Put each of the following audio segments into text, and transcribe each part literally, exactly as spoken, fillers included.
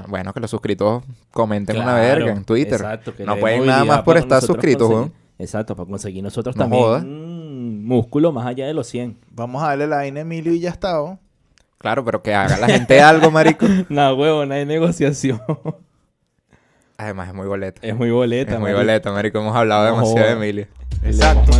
Bueno, que los suscritos comenten Claro, una verga en Twitter. Exacto, que No le dé pueden nada movilidad más por para estar nosotros suscritos, conseguir- weón. Exacto, para conseguir nosotros No también jodas. mm, músculo más allá de los cien. Vamos a darle la vaina a Emilio y ya está, ¿no? Claro, pero que haga la gente algo, marico. No, huevo, no hay negociación. Además es muy boleta. Es muy boleta, Es muy marico. boleta, marico. Hemos hablado No demasiado de jodas. Emilio. Exacto.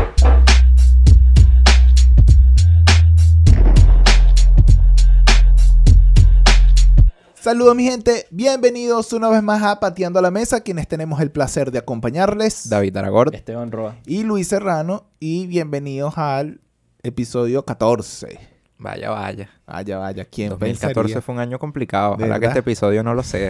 Saludos mi gente, bienvenidos una vez más a Pateando la Mesa, quienes tenemos el placer de acompañarles. David Aragord. Esteban Roa. Y Luis Serrano, y bienvenidos al episodio catorce. Vaya, vaya. Vaya, vaya, ¿quién dos mil catorce pensaría? fue un año complicado. Ojalá que ¿Verdad? este episodio no lo sea.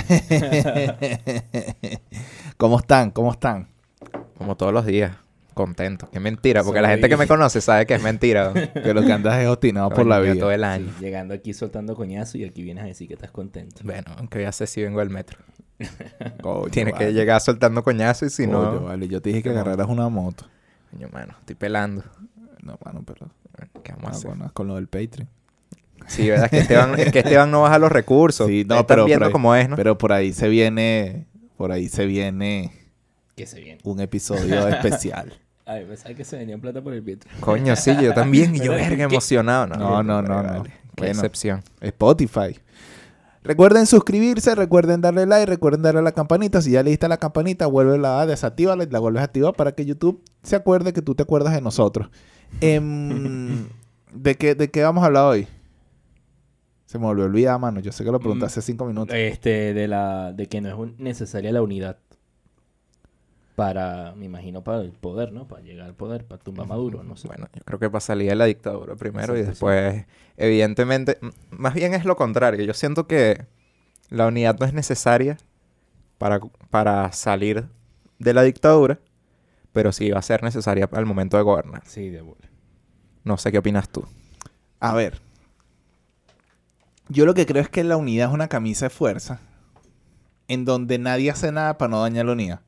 ¿Cómo están? ¿Cómo están? Como todos los días. Contento. Qué mentira. Porque Soy- la gente que me conoce sabe que es mentira. Que lo que andas es obstinado por la Coño, vida. todo el año. Sí, llegando aquí soltando coñazo y aquí vienes a decir que estás contento. Bueno, aunque ya sé si vengo del metro. Coño, Tiene que vale. llegar soltando coñazo y si Coño, no... vale. Yo te dije que No. agarraras una moto. Coño, mano. Estoy pelando. No, mano, pero... ¿Qué vamos a Ah, hacer? bueno, con lo del Patreon. Sí, ¿verdad? Que Esteban, que Esteban no baja los recursos. Sí, no, Están pero viendo por ahí- cómo es, ¿no? Pero por ahí se viene... Por ahí se viene Que se viene. un episodio especial. Ay, pensaba que se venía en plata por el Patreon. Coño, sí, yo también. Y yo, ¿Verdad? verga, ¿Qué? emocionado. No, No, no, no, vale, no. Qué Bueno. excepción. Spotify. Recuerden suscribirse, recuerden darle like, recuerden darle a la campanita. Si ya le diste a la campanita, vuelve a desactivarla y la vuelves a activar para que YouTube se acuerde que tú te acuerdas de nosotros. Em, ¿de, qué, ¿De qué vamos a hablar hoy? Se me volvió a olvidar, mano. Yo sé que lo pregunté Mm, hace cinco minutos. Este, de la, de que no es un- necesaria la unidad para, me imagino, para el poder, ¿no? Para llegar al poder, para tumbar a Maduro, no sé. Bueno, yo creo que para salir de la dictadura primero y Exacto, después, evidentemente, m- más bien es lo contrario. Yo siento que la unidad no es necesaria para, para salir de la dictadura, pero sí va a ser necesaria al momento de gobernar. Sí, de bola. No sé qué opinas tú. A ver. Yo lo que creo es que la unidad es una camisa de fuerza en donde nadie hace nada para no dañar la unidad.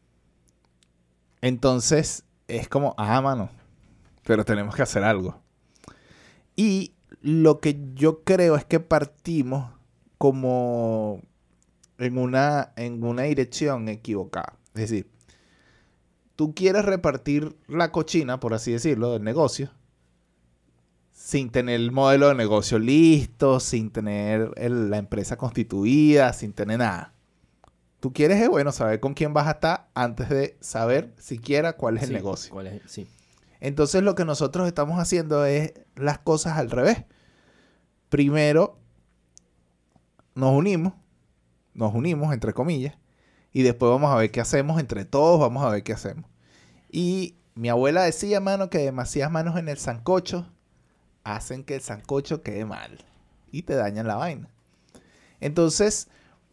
Entonces, es como, ah, mano, pero tenemos que hacer algo. Y lo que yo creo es que partimos como en una, en una dirección equivocada. Es decir, tú quieres repartir la cochina, por así decirlo, del negocio, sin tener el modelo de negocio listo, sin tener el- la empresa constituida, sin tener nada. Tú quieres, eh, bueno, saber con quién vas a estar antes de saber siquiera cuál es el Sí, negocio. ¿cuál es? Sí. Entonces lo que nosotros estamos haciendo es las cosas al revés. Primero nos unimos, nos unimos entre comillas, y después vamos a ver qué hacemos entre todos, vamos a ver qué hacemos. Y mi abuela decía, mano, que demasiadas manos en el sancocho hacen que el sancocho quede mal y te dañan la vaina. Entonces,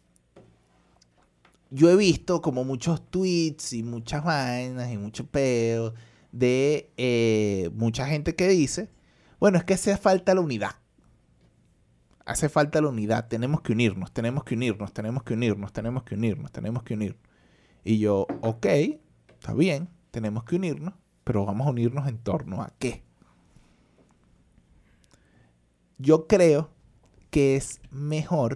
yo he visto como muchos tweets y muchas vainas y mucho peo de eh, mucha gente que dice, bueno, es que hace falta la unidad. Hace falta la unidad. Tenemos que unirnos, tenemos que unirnos, tenemos que unirnos, tenemos que unirnos, tenemos que unirnos. Y yo, ok, está bien, tenemos que unirnos, pero vamos a unirnos en torno a qué. Yo creo que es mejor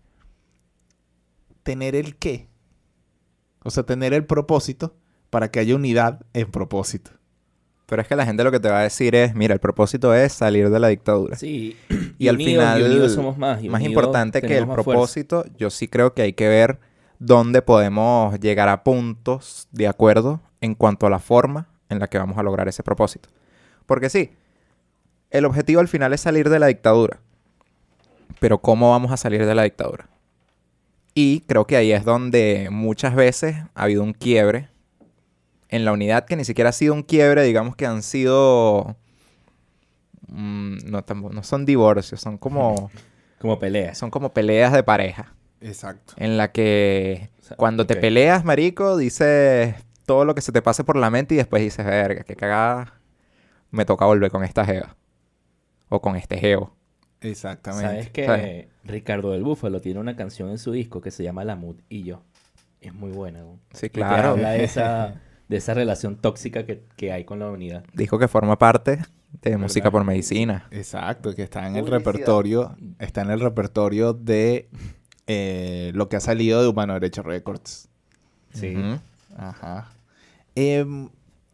tener el qué. O sea, tener el propósito para que haya unidad en propósito. Pero es que la gente lo que te va a decir es, mira, el propósito es salir de la dictadura. Sí. Y, al unidos, final, y unidos somos más. y más unidos importante que el tenemos más fuerza. propósito, yo sí creo que hay que ver dónde podemos llegar a puntos de acuerdo en cuanto a la forma en la que vamos a lograr ese propósito. Porque sí, el objetivo al final es salir de la dictadura. Pero ¿cómo vamos a salir de la dictadura? Y creo que ahí es donde muchas veces ha habido un quiebre en la unidad, que ni siquiera ha sido un quiebre, digamos que han sido... mm, no, tampoco- no son divorcios, son como, Como peleas. son como peleas de pareja. Exacto. En la que O sea, cuando ok. te peleas, marico, dices todo lo que se te pase por la mente y después dices, verga, qué cagada, me toca volver con esta jeva. O con este jevo. Exactamente. ¿Sabes que ¿Sabes? Ricardo del Búfalo tiene una canción en su disco que se llama La Mood y yo? Es muy buena, ¿no? Sí, Y te claro. habla de esa, de esa relación tóxica que, que hay con la unidad. Dijo que forma parte de ¿Verdad? Música por Medicina. Exacto, que está en el Publicidad. repertorio, está en el repertorio de eh, lo que ha salido de Humano Derecho Records. Sí. Ujú. Ajá. Em,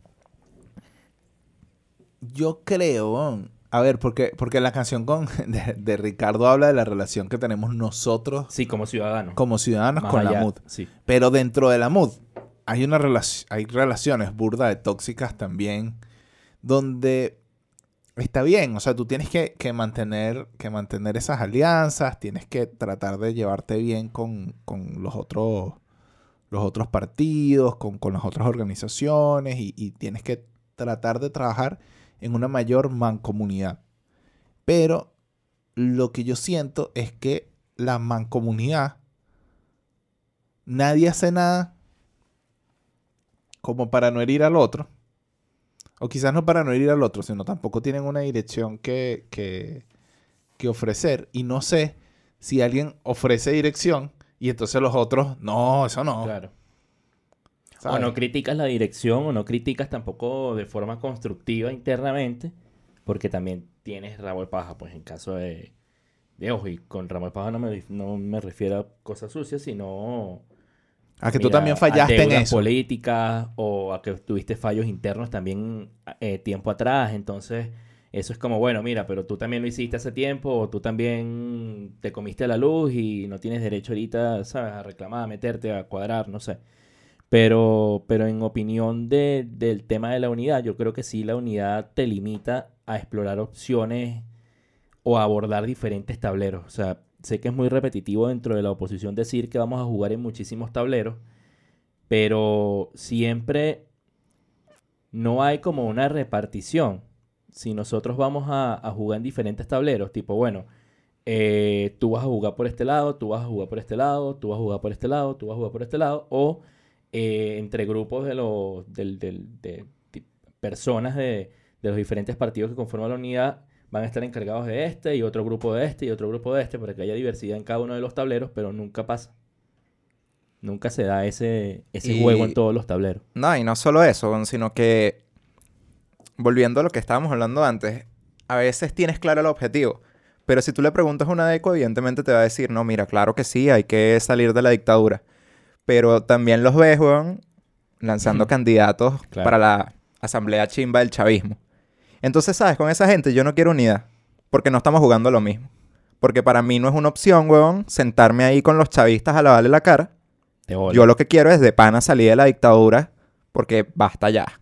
yo creo, a ver, porque, porque la canción con, de, de Ricardo habla de la relación que tenemos nosotros Sí, como ciudadano. como ciudadanos Más con allá, la M U D. Sí. Pero dentro de la M U D hay una relac- hay relaciones burda de tóxicas también, donde está bien, o sea, tú tienes que, que mantener, que mantener esas alianzas, tienes que tratar de llevarte bien con, con los otros, los otros partidos, con, con las otras organizaciones, y, y tienes que tratar de trabajar en una mayor mancomunidad. Pero lo que yo siento es que la mancomunidad, nadie hace nada como para no herir al otro. O quizás no para no herir al otro, sino tampoco tienen una dirección que, que, que ofrecer. Y no sé si alguien ofrece dirección y entonces los otros, no, eso no. Claro. O ¿sabes? no criticas la dirección o no criticas tampoco de forma constructiva internamente, porque también tienes rabo de paja, pues en caso de... de ojo, y con rabo de paja no me, no me refiero a cosas sucias, sino... A que tú mira, también a fallaste en deudas eso. políticas o a que tuviste fallos internos también eh, tiempo atrás. Entonces, eso es como, bueno, mira, pero tú también lo hiciste hace tiempo o tú también te comiste la luz y no tienes derecho ahorita, ¿sabes? A reclamar, a meterte, a cuadrar, no sé. Pero, pero en opinión de, del tema de la unidad, yo creo que sí la unidad te limita a explorar opciones o a abordar diferentes tableros. O sea, sé que es muy repetitivo dentro de la oposición decir que vamos a jugar en muchísimos tableros, pero siempre no hay como una repartición. Si nosotros vamos a, a jugar en diferentes tableros, tipo, bueno, eh, tú vas a jugar por este lado, tú vas a jugar por este lado, tú vas a jugar por este lado, tú vas a jugar por este lado, o eh, entre grupos de, los, del, del, de, de personas de, de los diferentes partidos que conforman la unidad, van a estar encargados de este y otro grupo de este y otro grupo de este para que haya diversidad en cada uno de los tableros, pero nunca pasa. Nunca se da ese, ese Y- juego en todos los tableros. No, y no solo eso, sino que, volviendo a lo que estábamos hablando antes, a veces tienes claro el objetivo, pero si tú le preguntas a una deco, evidentemente te va a decir, no, mira, claro que sí, hay que salir de la dictadura. Pero también los ves, weón, lanzando candidatos Claro. para la asamblea chimba del chavismo. Entonces, ¿sabes? Con esa gente yo no quiero unidad, porque no estamos jugando lo mismo. Porque para mí no es una opción, weón, sentarme ahí con los chavistas a lavarle la cara. De bola. Yo lo que quiero es de pana salir de la dictadura, porque basta ya.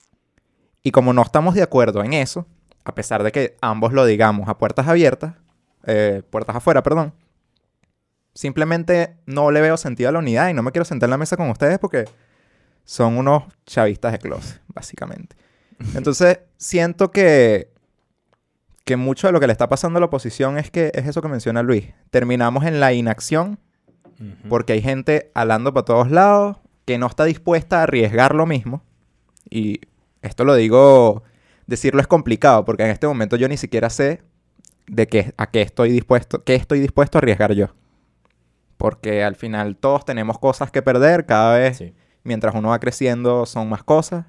Y como no estamos de acuerdo en eso, a pesar de que ambos lo digamos a puertas abiertas, eh, puertas afuera, perdón, simplemente no le veo sentido a la unidad y no me quiero sentar en la mesa con ustedes porque son unos chavistas de closet, básicamente. Entonces, siento que, que mucho de lo que le está pasando a la oposición es que es eso que menciona Luis. Terminamos en la inacción Ujú. porque hay gente alando para todos lados que no está dispuesta a arriesgar lo mismo. Y esto lo digo, decirlo es complicado porque en este momento yo ni siquiera sé de qué, a qué estoy dispuesto, qué estoy dispuesto a arriesgar yo. Porque al final todos tenemos cosas que perder, cada vez Sí. mientras uno va creciendo son más cosas.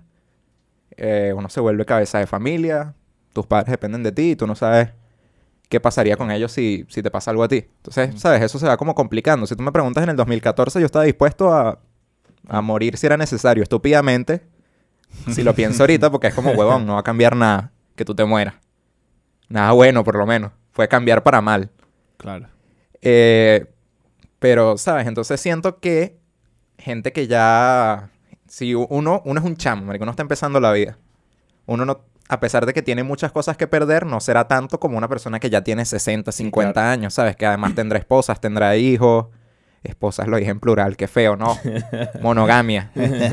Eh, uno se vuelve cabeza de familia, tus padres dependen de ti y tú no sabes qué pasaría con ellos si, si te pasa algo a ti. Entonces, ¿sabes? Eso se va como complicando. Si tú me preguntas en el dos mil catorce, yo estaba dispuesto a, a morir si era necesario, estúpidamente. Si lo pienso ahorita, porque es como, huevón, no va a cambiar nada que tú te mueras. Nada bueno, por lo menos. Fue cambiar para mal. Claro. Eh, pero, ¿sabes? Entonces siento que gente que ya... Si uno, uno es un chamo, marico, uno está empezando la vida. Uno no... A pesar de que tiene muchas cosas que perder, no será tanto como una persona que ya tiene sesenta, cincuenta claro. años, ¿sabes? Que además tendrá esposas, tendrá hijos. Esposas lo dije en plural, qué feo, ¿no? Monogamia.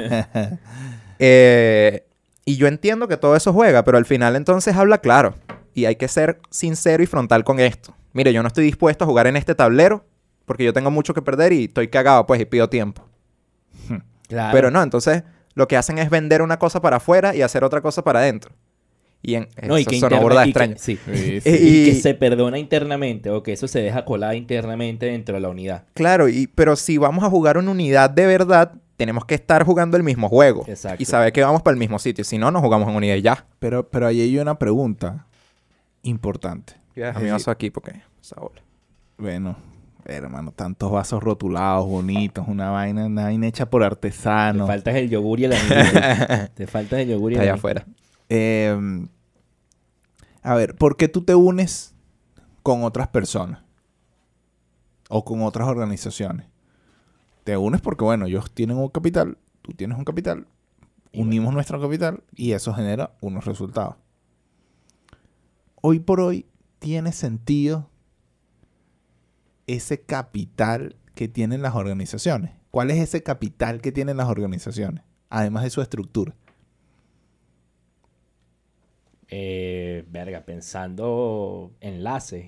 Eh, y yo entiendo que todo eso juega, pero al final entonces habla claro. Y hay que ser sincero y frontal con esto. Mire, yo no estoy dispuesto a jugar en este tablero porque yo tengo mucho que perder y estoy cagado, pues, y pido tiempo. Claro. Pero no, entonces lo que hacen es vender una cosa para afuera y hacer otra cosa para adentro. Y en, No, y eso que sonó interna- burda de y que- extraño. sí. Sí, sí. Eh, Y, y- que se perdona internamente o que eso se deja colar internamente dentro de la unidad. Claro, y, pero si vamos a jugar una unidad de verdad, tenemos que estar jugando el mismo juego. Exacto. Y saber que vamos para el mismo sitio. Si no, no jugamos en unidad y ya. Pero, pero ahí hay una pregunta importante. Voy a dejar Es mi decir, vaso aquí porque... esa bola. Bueno, Hermano, tantos vasos rotulados, bonitos, una vaina, una vaina hecha por artesanos. Te falta el yogur y el anillo. Te falta el yogur y el Allá anillo. afuera. Eh, a ver, ¿por qué tú te unes con otras personas? O con otras organizaciones. Te unes porque, bueno, ellos tienen un capital, tú tienes un capital, Y unimos bueno. nuestro capital y eso genera unos resultados. Hoy por hoy tiene sentido ese capital que tienen las organizaciones. ¿Cuál es ese capital que tienen las organizaciones? Además de su estructura. Eh, verga, pensando enlace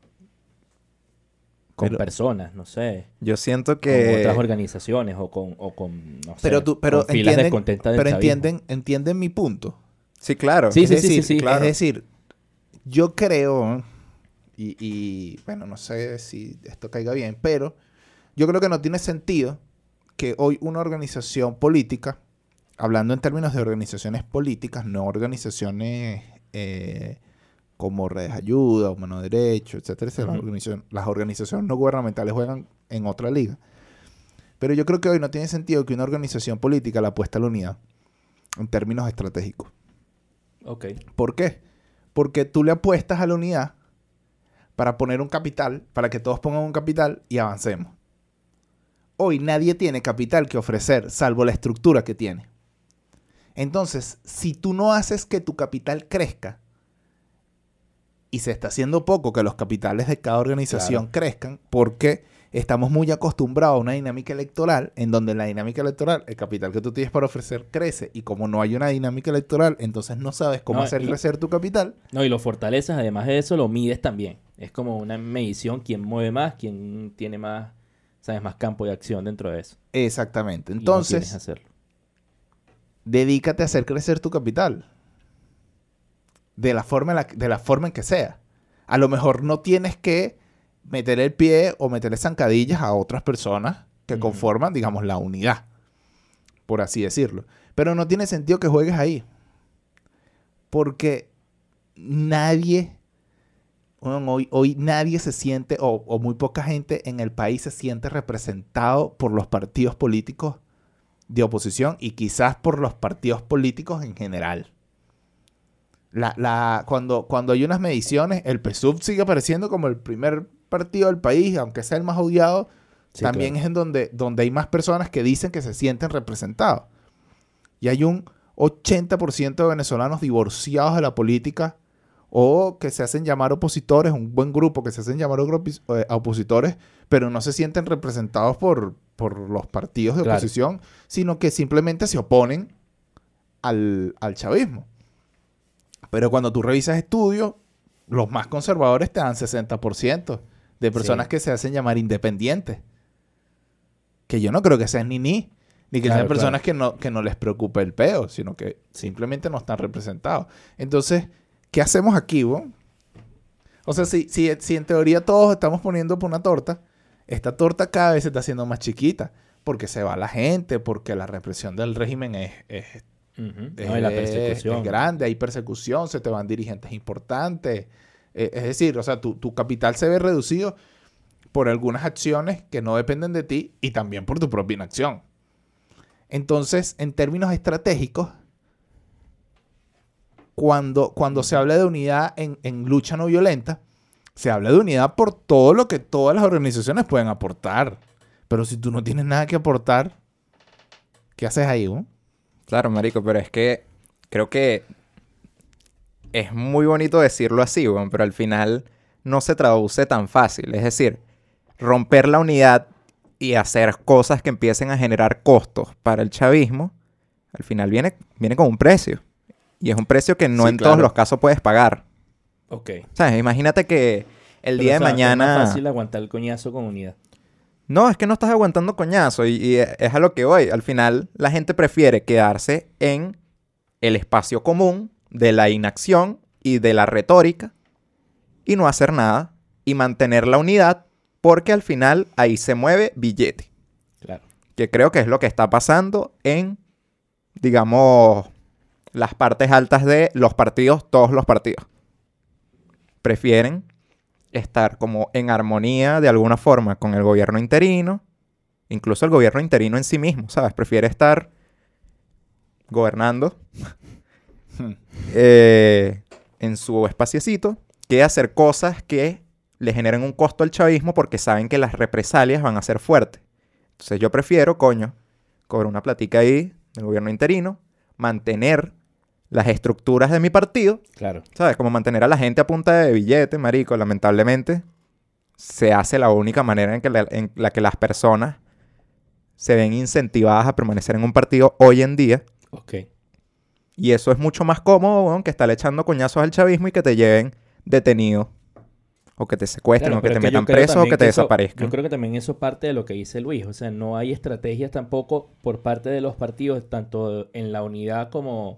con Pero- personas, no sé. Yo siento Con otras que... organizaciones o con, o con no sé, Pero tú, pero con filas entienden, descontentas del pero chavismo. entienden, entienden mi punto. Sí, claro. Sí, es sí, decir, sí, sí, claro. Es decir, yo creo, y, y, bueno, no sé si esto caiga bien, pero yo creo que no tiene sentido que hoy una organización política, hablando en términos de organizaciones políticas, no organizaciones eh, como Redes Ayuda o Mano Derecho, etcétera, etcétera. Ujú. Las organizaciones- las organizaciones no gubernamentales juegan en otra liga. Pero yo creo que hoy no tiene sentido que una organización política la apueste a la unidad en términos estratégicos. Ok. ¿Por qué? Porque tú le apuestas a la unidad para poner un capital, para que todos pongan un capital y avancemos. Hoy nadie tiene capital que ofrecer, salvo la estructura que tiene. Entonces, si tú no haces que tu capital crezca, y se está haciendo poco que los capitales de cada organización Claro. crezcan, porque estamos muy acostumbrados a una dinámica electoral, en donde en la dinámica electoral el capital que tú tienes para ofrecer crece, y como no hay una dinámica electoral, entonces no sabes cómo No, hacer y- crecer tu capital. No, y lo fortaleces, además de eso, lo mides también. Es como una medición, quién mueve más, quién tiene más, sabes, más campo de acción dentro de eso. Exactamente. Y no tienes que Entonces, hacerlo. dedícate a hacer crecer tu capital. De la forma en la, de la forma en que sea. A lo mejor no tienes que meter el pie o meterle zancadillas a otras personas que Ujú. conforman, digamos, la unidad. Por así decirlo. Pero no tiene sentido que juegues ahí. Porque nadie, bueno, hoy, hoy nadie se siente, o, o muy poca gente en el país se siente representado por los partidos políticos de oposición y quizás por los partidos políticos en general. La, la, cuando, cuando hay unas mediciones, el P S U V sigue apareciendo como el primer partido del país, aunque sea el más odiado. Sí, También claro. es en donde, donde hay más personas que dicen que se sienten representados. Y hay un ochenta por ciento de venezolanos divorciados de la política o que se hacen llamar opositores, un buen grupo que se hacen llamar ogropi- eh, opositores, pero no se sienten representados por, por los partidos de Claro. oposición, sino que simplemente se oponen al, al chavismo. Pero cuando tú revisas estudios, los más conservadores te dan sesenta por ciento de personas Sí. que se hacen llamar independientes. Que yo no creo que sean ni ni, ni que Claro, sean personas claro. que, no, que no les preocupe el peo, sino que simplemente no están representados. Entonces, ¿qué hacemos aquí, bo? O sea, si, si, si en teoría todos estamos poniendo por una torta, esta torta cada vez se está haciendo más chiquita. Porque se va la gente, porque la represión del régimen es, es Ujú. es, No, y la es persecución. grande, hay persecución, se te van dirigentes importantes. Eh, es decir, o sea, tu, tu capital se ve reducido por algunas acciones que no dependen de ti y también por tu propia inacción. Entonces, en términos estratégicos, cuando, cuando se habla de unidad en, en lucha no violenta, se habla de unidad por todo lo que todas las organizaciones pueden aportar. Pero si tú no tienes nada que aportar, ¿qué haces ahí, no? Claro, marico, pero es que creo que es muy bonito decirlo así, weón, pero al final no se traduce tan fácil. Es decir, romper la unidad y hacer cosas que empiecen a generar costos para el chavismo, al final viene, viene con un precio. Y es un precio que no Sí, en claro. todos los casos puedes pagar. Ok. ¿Sabes? Imagínate que el Pero, día o de sea, mañana... Es más fácil aguantar el coñazo con unidad. No, es que no estás aguantando coñazo y, y es a lo que voy. Al final, la gente prefiere quedarse en el espacio común de la inacción y de la retórica y no hacer nada y mantener la unidad porque al final ahí se mueve billete. Claro. Que creo que es lo que está pasando en, digamos, las partes altas de los partidos, todos los partidos. Prefieren estar como en armonía de alguna forma con el gobierno interino, incluso el gobierno interino en sí mismo, ¿sabes? Prefiere estar gobernando eh, en su espaciecito que hacer cosas que le generen un costo al chavismo porque saben que las represalias van a ser fuertes. Entonces yo prefiero, coño, cobrar una platica ahí del gobierno interino, mantener las estructuras de mi partido, Claro. ¿sabes? Como mantener a la gente a punta de billete, marico, lamentablemente se hace la única manera en, que la, en la que las personas se ven incentivadas a permanecer en un partido hoy en día. Ok. Y eso es mucho más cómodo, weón, que estar echando coñazos al chavismo y que te lleven detenido. O que te secuestren, Claro, o que pero te es que yo metan creo preso, o también que te eso- desaparezcan. Yo creo que también eso parte de lo que dice Luis. O sea, no hay estrategias tampoco por parte de los partidos, tanto en la unidad como,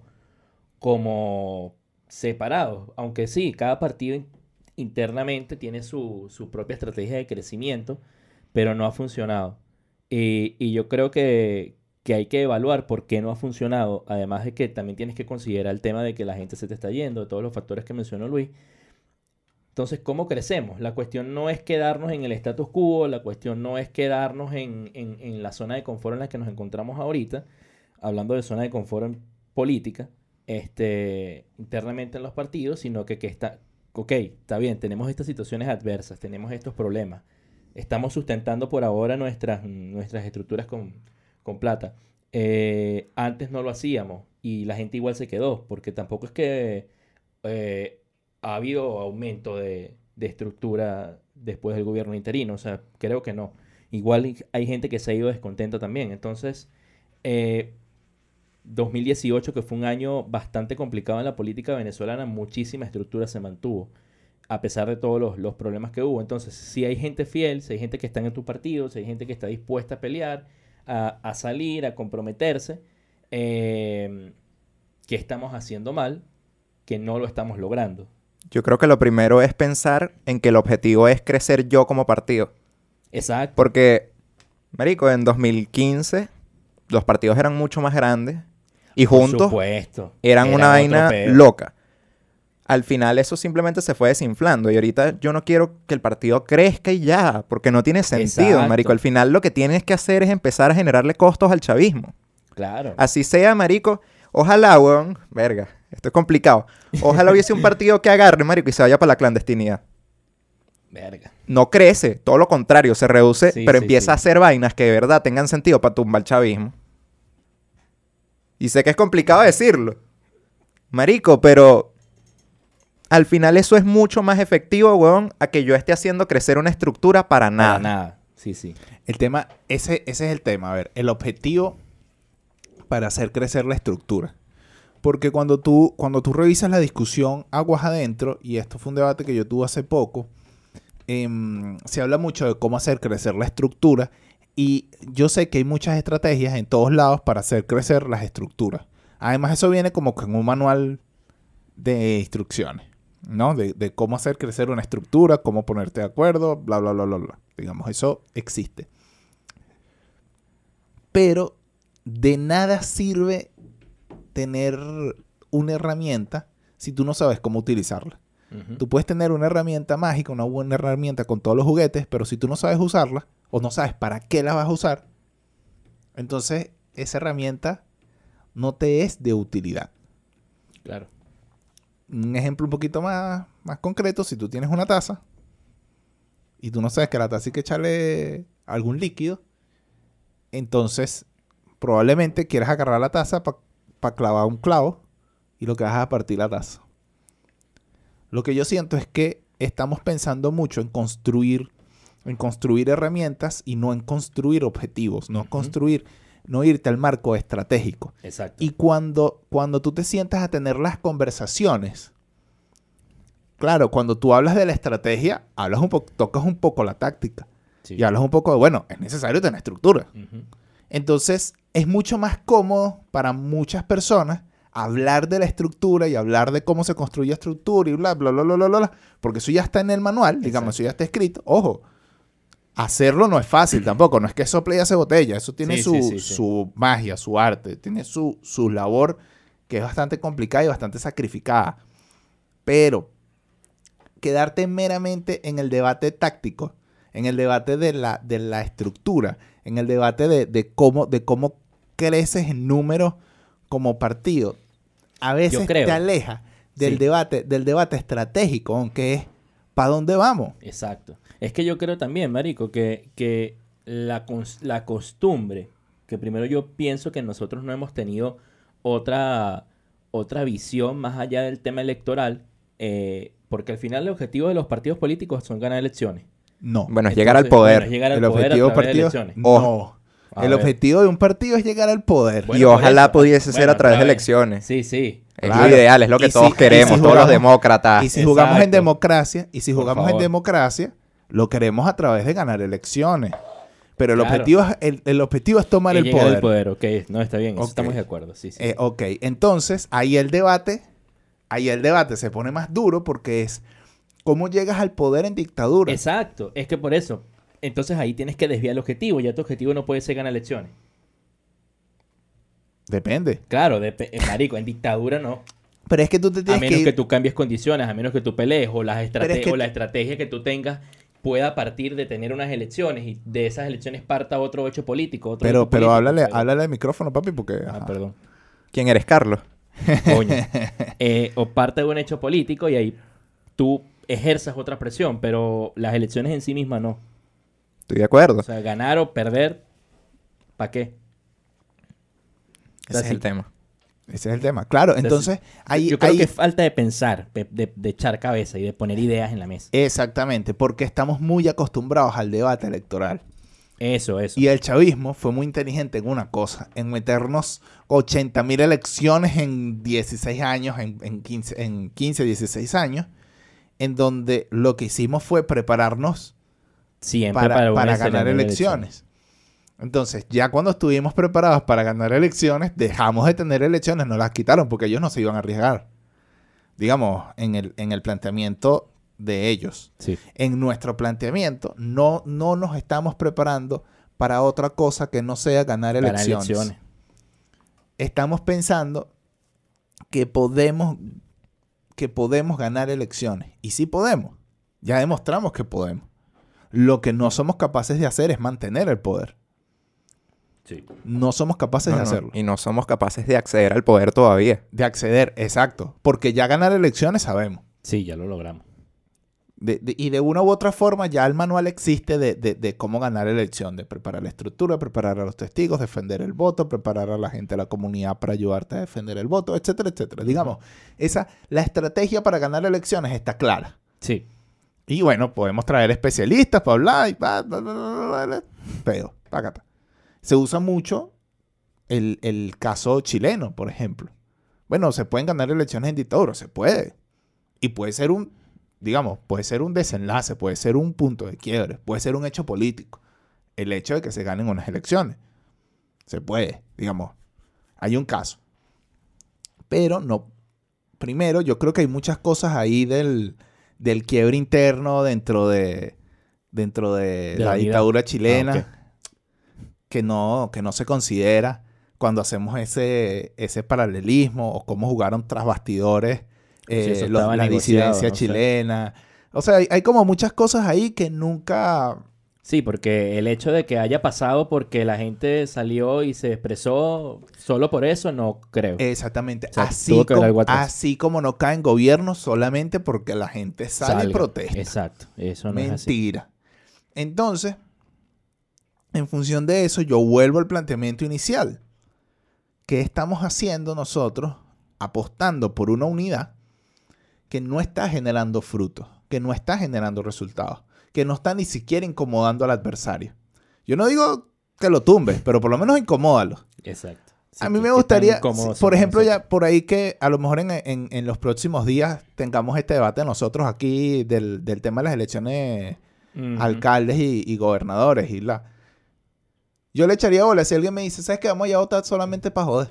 como separados. Aunque sí, cada partido in- internamente tiene su, su propia estrategia de crecimiento, pero no ha funcionado. Y, y yo creo que, que hay que evaluar por qué no ha funcionado. Además de que también tienes que considerar el tema de que la gente se te está yendo, de todos los factores que mencionó Luis. Entonces, ¿cómo crecemos? La cuestión no es quedarnos en el status quo, la cuestión no es quedarnos en, en- en la zona de confort en la que nos encontramos ahorita, hablando de zona de confort en política, este, internamente en los partidos, sino que, que está, ok, está bien, tenemos estas situaciones adversas, tenemos estos problemas, estamos sustentando por ahora nuestras, nuestras estructuras con, con plata. Eh, antes no lo hacíamos y la gente igual se quedó, porque tampoco es que... eh, ha habido aumento de, de estructura después del gobierno interino. O sea, creo que no. Igual hay hay gente que se ha ido descontenta también. Entonces, eh, dos mil dieciocho, que fue un año bastante complicado en la política venezolana, muchísima estructura se mantuvo, a pesar de todos los, los problemas que hubo. Entonces, si hay gente fiel, si hay gente que está en tu partido, si hay gente que está dispuesta a pelear, a, a salir, a comprometerse, eh, ¿qué estamos haciendo mal? Que no lo estamos logrando. Yo creo que lo primero es pensar en que el objetivo es crecer yo como partido. Exacto. Porque, marico, en dos mil quince los partidos eran mucho más grandes y Por juntos supuesto. eran Era una otro vaina peo. loca. Al final eso simplemente se fue desinflando y ahorita yo no quiero que el partido crezca y ya, porque no tiene sentido, Exacto. marico. Al final lo que tienes que hacer es empezar a generarle costos al chavismo. Claro. Así sea, marico. Ojalá, weón. Verga, esto es complicado. Ojalá hubiese un partido que agarre, marico, y se vaya para la clandestinidad. Verga. No crece, todo lo contrario, se reduce, Sí, pero sí, empieza sí. a hacer vainas que de verdad tengan sentido para tumbar el chavismo. Y sé que es complicado decirlo, marico, pero al final eso es mucho más efectivo, weón, a que yo esté haciendo crecer una estructura para nada. Para nada. Sí, sí. El tema, ese, ese es el tema. A ver, el objetivo para hacer crecer la estructura. Porque cuando tú, cuando tú revisas la discusión aguas adentro, y esto fue un debate que yo tuve hace poco, em, se habla mucho de cómo hacer crecer la estructura. Y yo sé que hay muchas estrategias en todos lados para hacer crecer las estructuras. Además, eso viene como con un manual de instrucciones, ¿no? De, de cómo hacer crecer una estructura, cómo ponerte de acuerdo, bla, bla, bla, bla, bla. Digamos, eso existe. Pero de nada sirve tener una herramienta si tú no sabes cómo utilizarla. Ujú. Tú puedes tener una herramienta mágica, una buena herramienta con todos los juguetes, pero si tú no sabes usarla o no sabes para qué la vas a usar, entonces esa herramienta no te es de utilidad. Claro. Un ejemplo un poquito más, más concreto, si tú tienes una taza y tú no sabes que a la taza hay que echarle algún líquido, entonces probablemente quieras agarrar la taza para clavar un clavo y lo que vas a partir la taza. Lo que yo siento es que estamos pensando mucho en construir, en construir herramientas y no en construir objetivos, no Ujú. construir, no irte al marco estratégico. Exacto. Y cuando, cuando tú te sientas a tener las conversaciones, claro, cuando tú hablas de la estrategia, hablas un poco, tocas un poco la táctica. Sí. Y hablas un poco de, bueno, es necesario tener estructura. Ujú. Entonces, es mucho más cómodo para muchas personas hablar de la estructura y hablar de cómo se construye estructura y bla, bla, bla, bla, bla, bla, porque eso ya está en el manual, digamos, Exacto. eso ya está escrito. Ojo, hacerlo no es fácil tampoco, no es que sople y hace botella, eso tiene Sí, su, sí, sí, sí. su magia, su arte, tiene su, su labor que es bastante complicada y bastante sacrificada. Pero, quedarte meramente en el debate táctico, en el debate de la, de la estructura, en el debate de, de, cómo, de cómo creces en números como partido, a veces te aleja del, sí. debate, del debate estratégico, aunque es ¿para dónde vamos? Exacto. Es que yo creo también, marico, que, que la, cons- la costumbre, que primero yo pienso que nosotros no hemos tenido otra, otra visión más allá del tema electoral, eh, porque al final el objetivo de los partidos políticos son ganar elecciones. No. Bueno, es Entonces, llegar al poder. bueno, es llegar al El poder objetivo a través de partido, elecciones. no. A El ver. objetivo de un partido es llegar al poder. Bueno, y por ojalá eso. pudiese ser Bueno, a través de otra vez. elecciones. Sí, sí. Es Claro. lo ideal, es lo que Y todos si- queremos, y si todos los jugamos- demócratas. Y si jugamos en Exacto. democracia, y si Por jugamos en favor. democracia, lo queremos a través de ganar elecciones. Pero el Claro. objetivo es el, el objetivo es tomar Es el llegar poder. al poder, ok. No, está bien. Eso Ok. estamos de acuerdo. Sí, sí. Eh, ok, entonces ahí el debate, ahí el debate se pone más duro porque es cómo llegas al poder en dictadura. Exacto. Es que por eso. Entonces ahí tienes que desviar el objetivo. Ya tu objetivo no puede ser ganar elecciones. Depende. Claro, dep- eh, marico, en dictadura no. Pero es que tú te A tienes menos que que, ir- tú cambies condiciones, a menos que tú pelees o, las estrate- Pero es que- o la estrategia que tú tengas pueda partir de tener unas elecciones y de esas elecciones parta otro hecho político. Otro Pero, hecho pero político, háblale, pero- háblale al micrófono, papi, porque... Ah, ajá. perdón. ¿Quién eres, Carlos? Coño. Eh, o parte de un hecho político y ahí tú ejerzas otra presión, pero las elecciones en sí mismas no. Estoy de acuerdo. O sea, ganar o perder, ¿para qué? Ese es sí. el tema. Ese es el tema. Claro, entonces... ahí, Yo creo ahí- que es falta de pensar, de, de- de echar cabeza y de poner ideas en la mesa. Exactamente, porque estamos muy acostumbrados al debate electoral. Eso, eso. Y el chavismo fue muy inteligente en una cosa, en meternos ochenta mil elecciones en dieciséis años, en, en, quince, en quince, dieciséis años, en donde lo que hicimos fue prepararnos Siempre para, para, una para ganar excelente elecciones. Entonces, ya cuando estuvimos preparados para ganar elecciones, dejamos de tener elecciones, no las quitaron porque ellos no se iban a arriesgar. Digamos, en el, en el planteamiento de ellos. Sí. En nuestro planteamiento, no, no nos estamos preparando para otra cosa que no sea ganar Ganar elecciones. elecciones. Estamos pensando que podemos, que podemos ganar elecciones. Y sí podemos. Ya demostramos que podemos. Lo que no somos capaces de hacer es mantener el poder. Sí. No somos capaces No, de no, hacerlo. Y no somos capaces de acceder al poder todavía. De acceder, exacto. Porque ya ganar elecciones sabemos. Sí, ya lo logramos. De- de- y de una u otra forma ya el manual existe de, de- de cómo ganar elección, de preparar la estructura, preparar a los testigos, defender el voto, preparar a la gente de la comunidad para ayudarte a defender el voto, etcétera, etcétera. Digamos, esa, la estrategia para ganar elecciones está clara. Sí. Y bueno, podemos traer especialistas para hablar y pa- pa- pa- pa- pa- pero, págata. Se usa mucho el, el caso chileno, por ejemplo. Bueno, se pueden ganar elecciones en dictadura, se puede. Y puede ser un, digamos, puede ser un desenlace, puede ser un punto de quiebre, puede ser un hecho político. El hecho de que se ganen unas elecciones. Se puede, digamos. Hay un caso. Pero no. Primero, yo creo que hay muchas cosas ahí del, del quiebre interno dentro de, dentro de, De la la unidad. dictadura chilena Ah, ok. que, no, que no se considera cuando hacemos ese, ese paralelismo o cómo jugaron tras bastidores eh, Sí, eso los- estaba la negociado, disidencia no sé. chilena. O sea, hay, hay como muchas cosas ahí que nunca... Sí, porque el hecho de que haya pasado porque la gente salió y se expresó solo por eso, no creo. Exactamente. O sea, así, tuvo que haber como, algo atrás. así como no caen gobiernos solamente porque la gente sale y Salga. protesta. Exacto. Eso no es así. Mentira. Entonces, en función de eso, yo vuelvo al planteamiento inicial. ¿Qué estamos haciendo nosotros apostando por una unidad que no está generando frutos, que no está generando resultados, que no está ni siquiera incomodando al adversario? Yo no digo que lo tumbes, pero por lo menos incomódalo. Exacto. Sí, A mí que- me que gustaría, tan incómodos si- por somos ejemplo, nosotros. ya por ahí que a lo mejor en, en- en los próximos días tengamos este debate nosotros aquí del, del tema de las elecciones Ujú. alcaldes y, y gobernadores y la... Yo le echaría bola si alguien me dice, ¿sabes qué? Vamos a votar solamente para joder.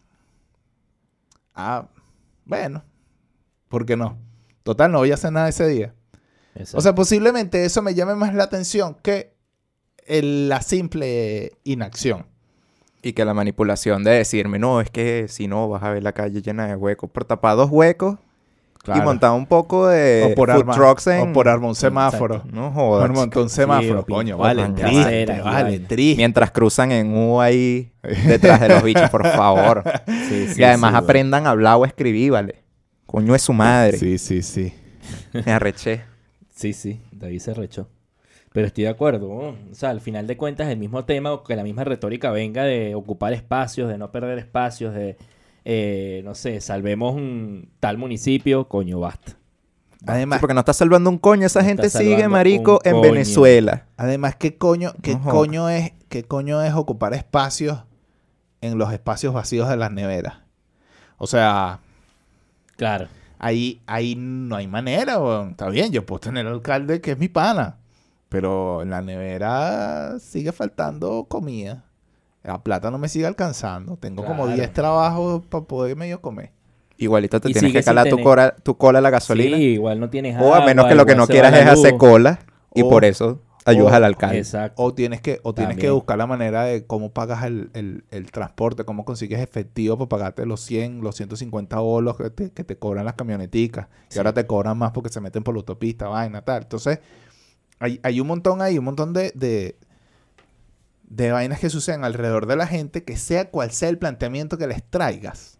Ah, bueno. ¿Por qué no? Total, no voy a hacer nada ese día. Exacto. O sea, posiblemente eso me llame más la atención que el- la simple inacción. Y que la manipulación de decirme, no, es que si no vas a ver la calle llena de huecos. Por tapar dos huecos, Claro. Y montaba un poco de O por, food arma, trucks en... o por arma un semáforo. Exacto. No Por jodas. un montón de semáforos. Sí, Coño, o vale, coño, triste, caseras y vale, vaina. triste. Mientras cruzan en U ahí detrás de los bichos, por favor. Sí, sí, y además sí, güey. aprendan a hablar o a escribir, ¿vale? Coño es su madre. Sí, sí, sí. Me arreché. Sí, sí, David se rechó. Pero estoy de acuerdo. ¿no? O sea, al final de cuentas, el mismo tema, o que la misma retórica venga de ocupar espacios, de no perder espacios, de, eh, no sé, salvemos un tal municipio, coño, basta. Además, Sí, porque no está salvando un coño. Esa No gente está sigue, salvando marico, un en coño. Venezuela. además ¿qué coño, qué No jodas. coño es, qué coño es ocupar espacios en los espacios vacíos de las neveras? O sea, Claro. ahí, ahí no hay manera, weón. Está bien, yo puedo tener al alcalde que es mi pana, pero en la nevera sigue faltando comida. La plata no me sigue alcanzando. Tengo como Claro. diez trabajos para poder medio comer. Igualito te Y tienes sigue que calar sin tu, tener- cola, tu cola a la gasolina. Sí, igual no tienes o a menos agua, que lo que igual no se quieras va la es hacer luz. cola. Y O- por eso ayudas o- al alcalde. Exacto. O tienes que, o tienes que También. buscar la manera de cómo pagas el, el- el transporte, cómo consigues efectivo para pagarte los cien, los ciento cincuenta bolos que te, que te cobran las camioneticas. Y Sí. ahora te cobran más porque se meten por la autopista, vaina, tal. Entonces, hay, hay un montón ahí, un montón de, de, de vainas que suceden alrededor de la gente, que sea cual sea el planteamiento que les traigas.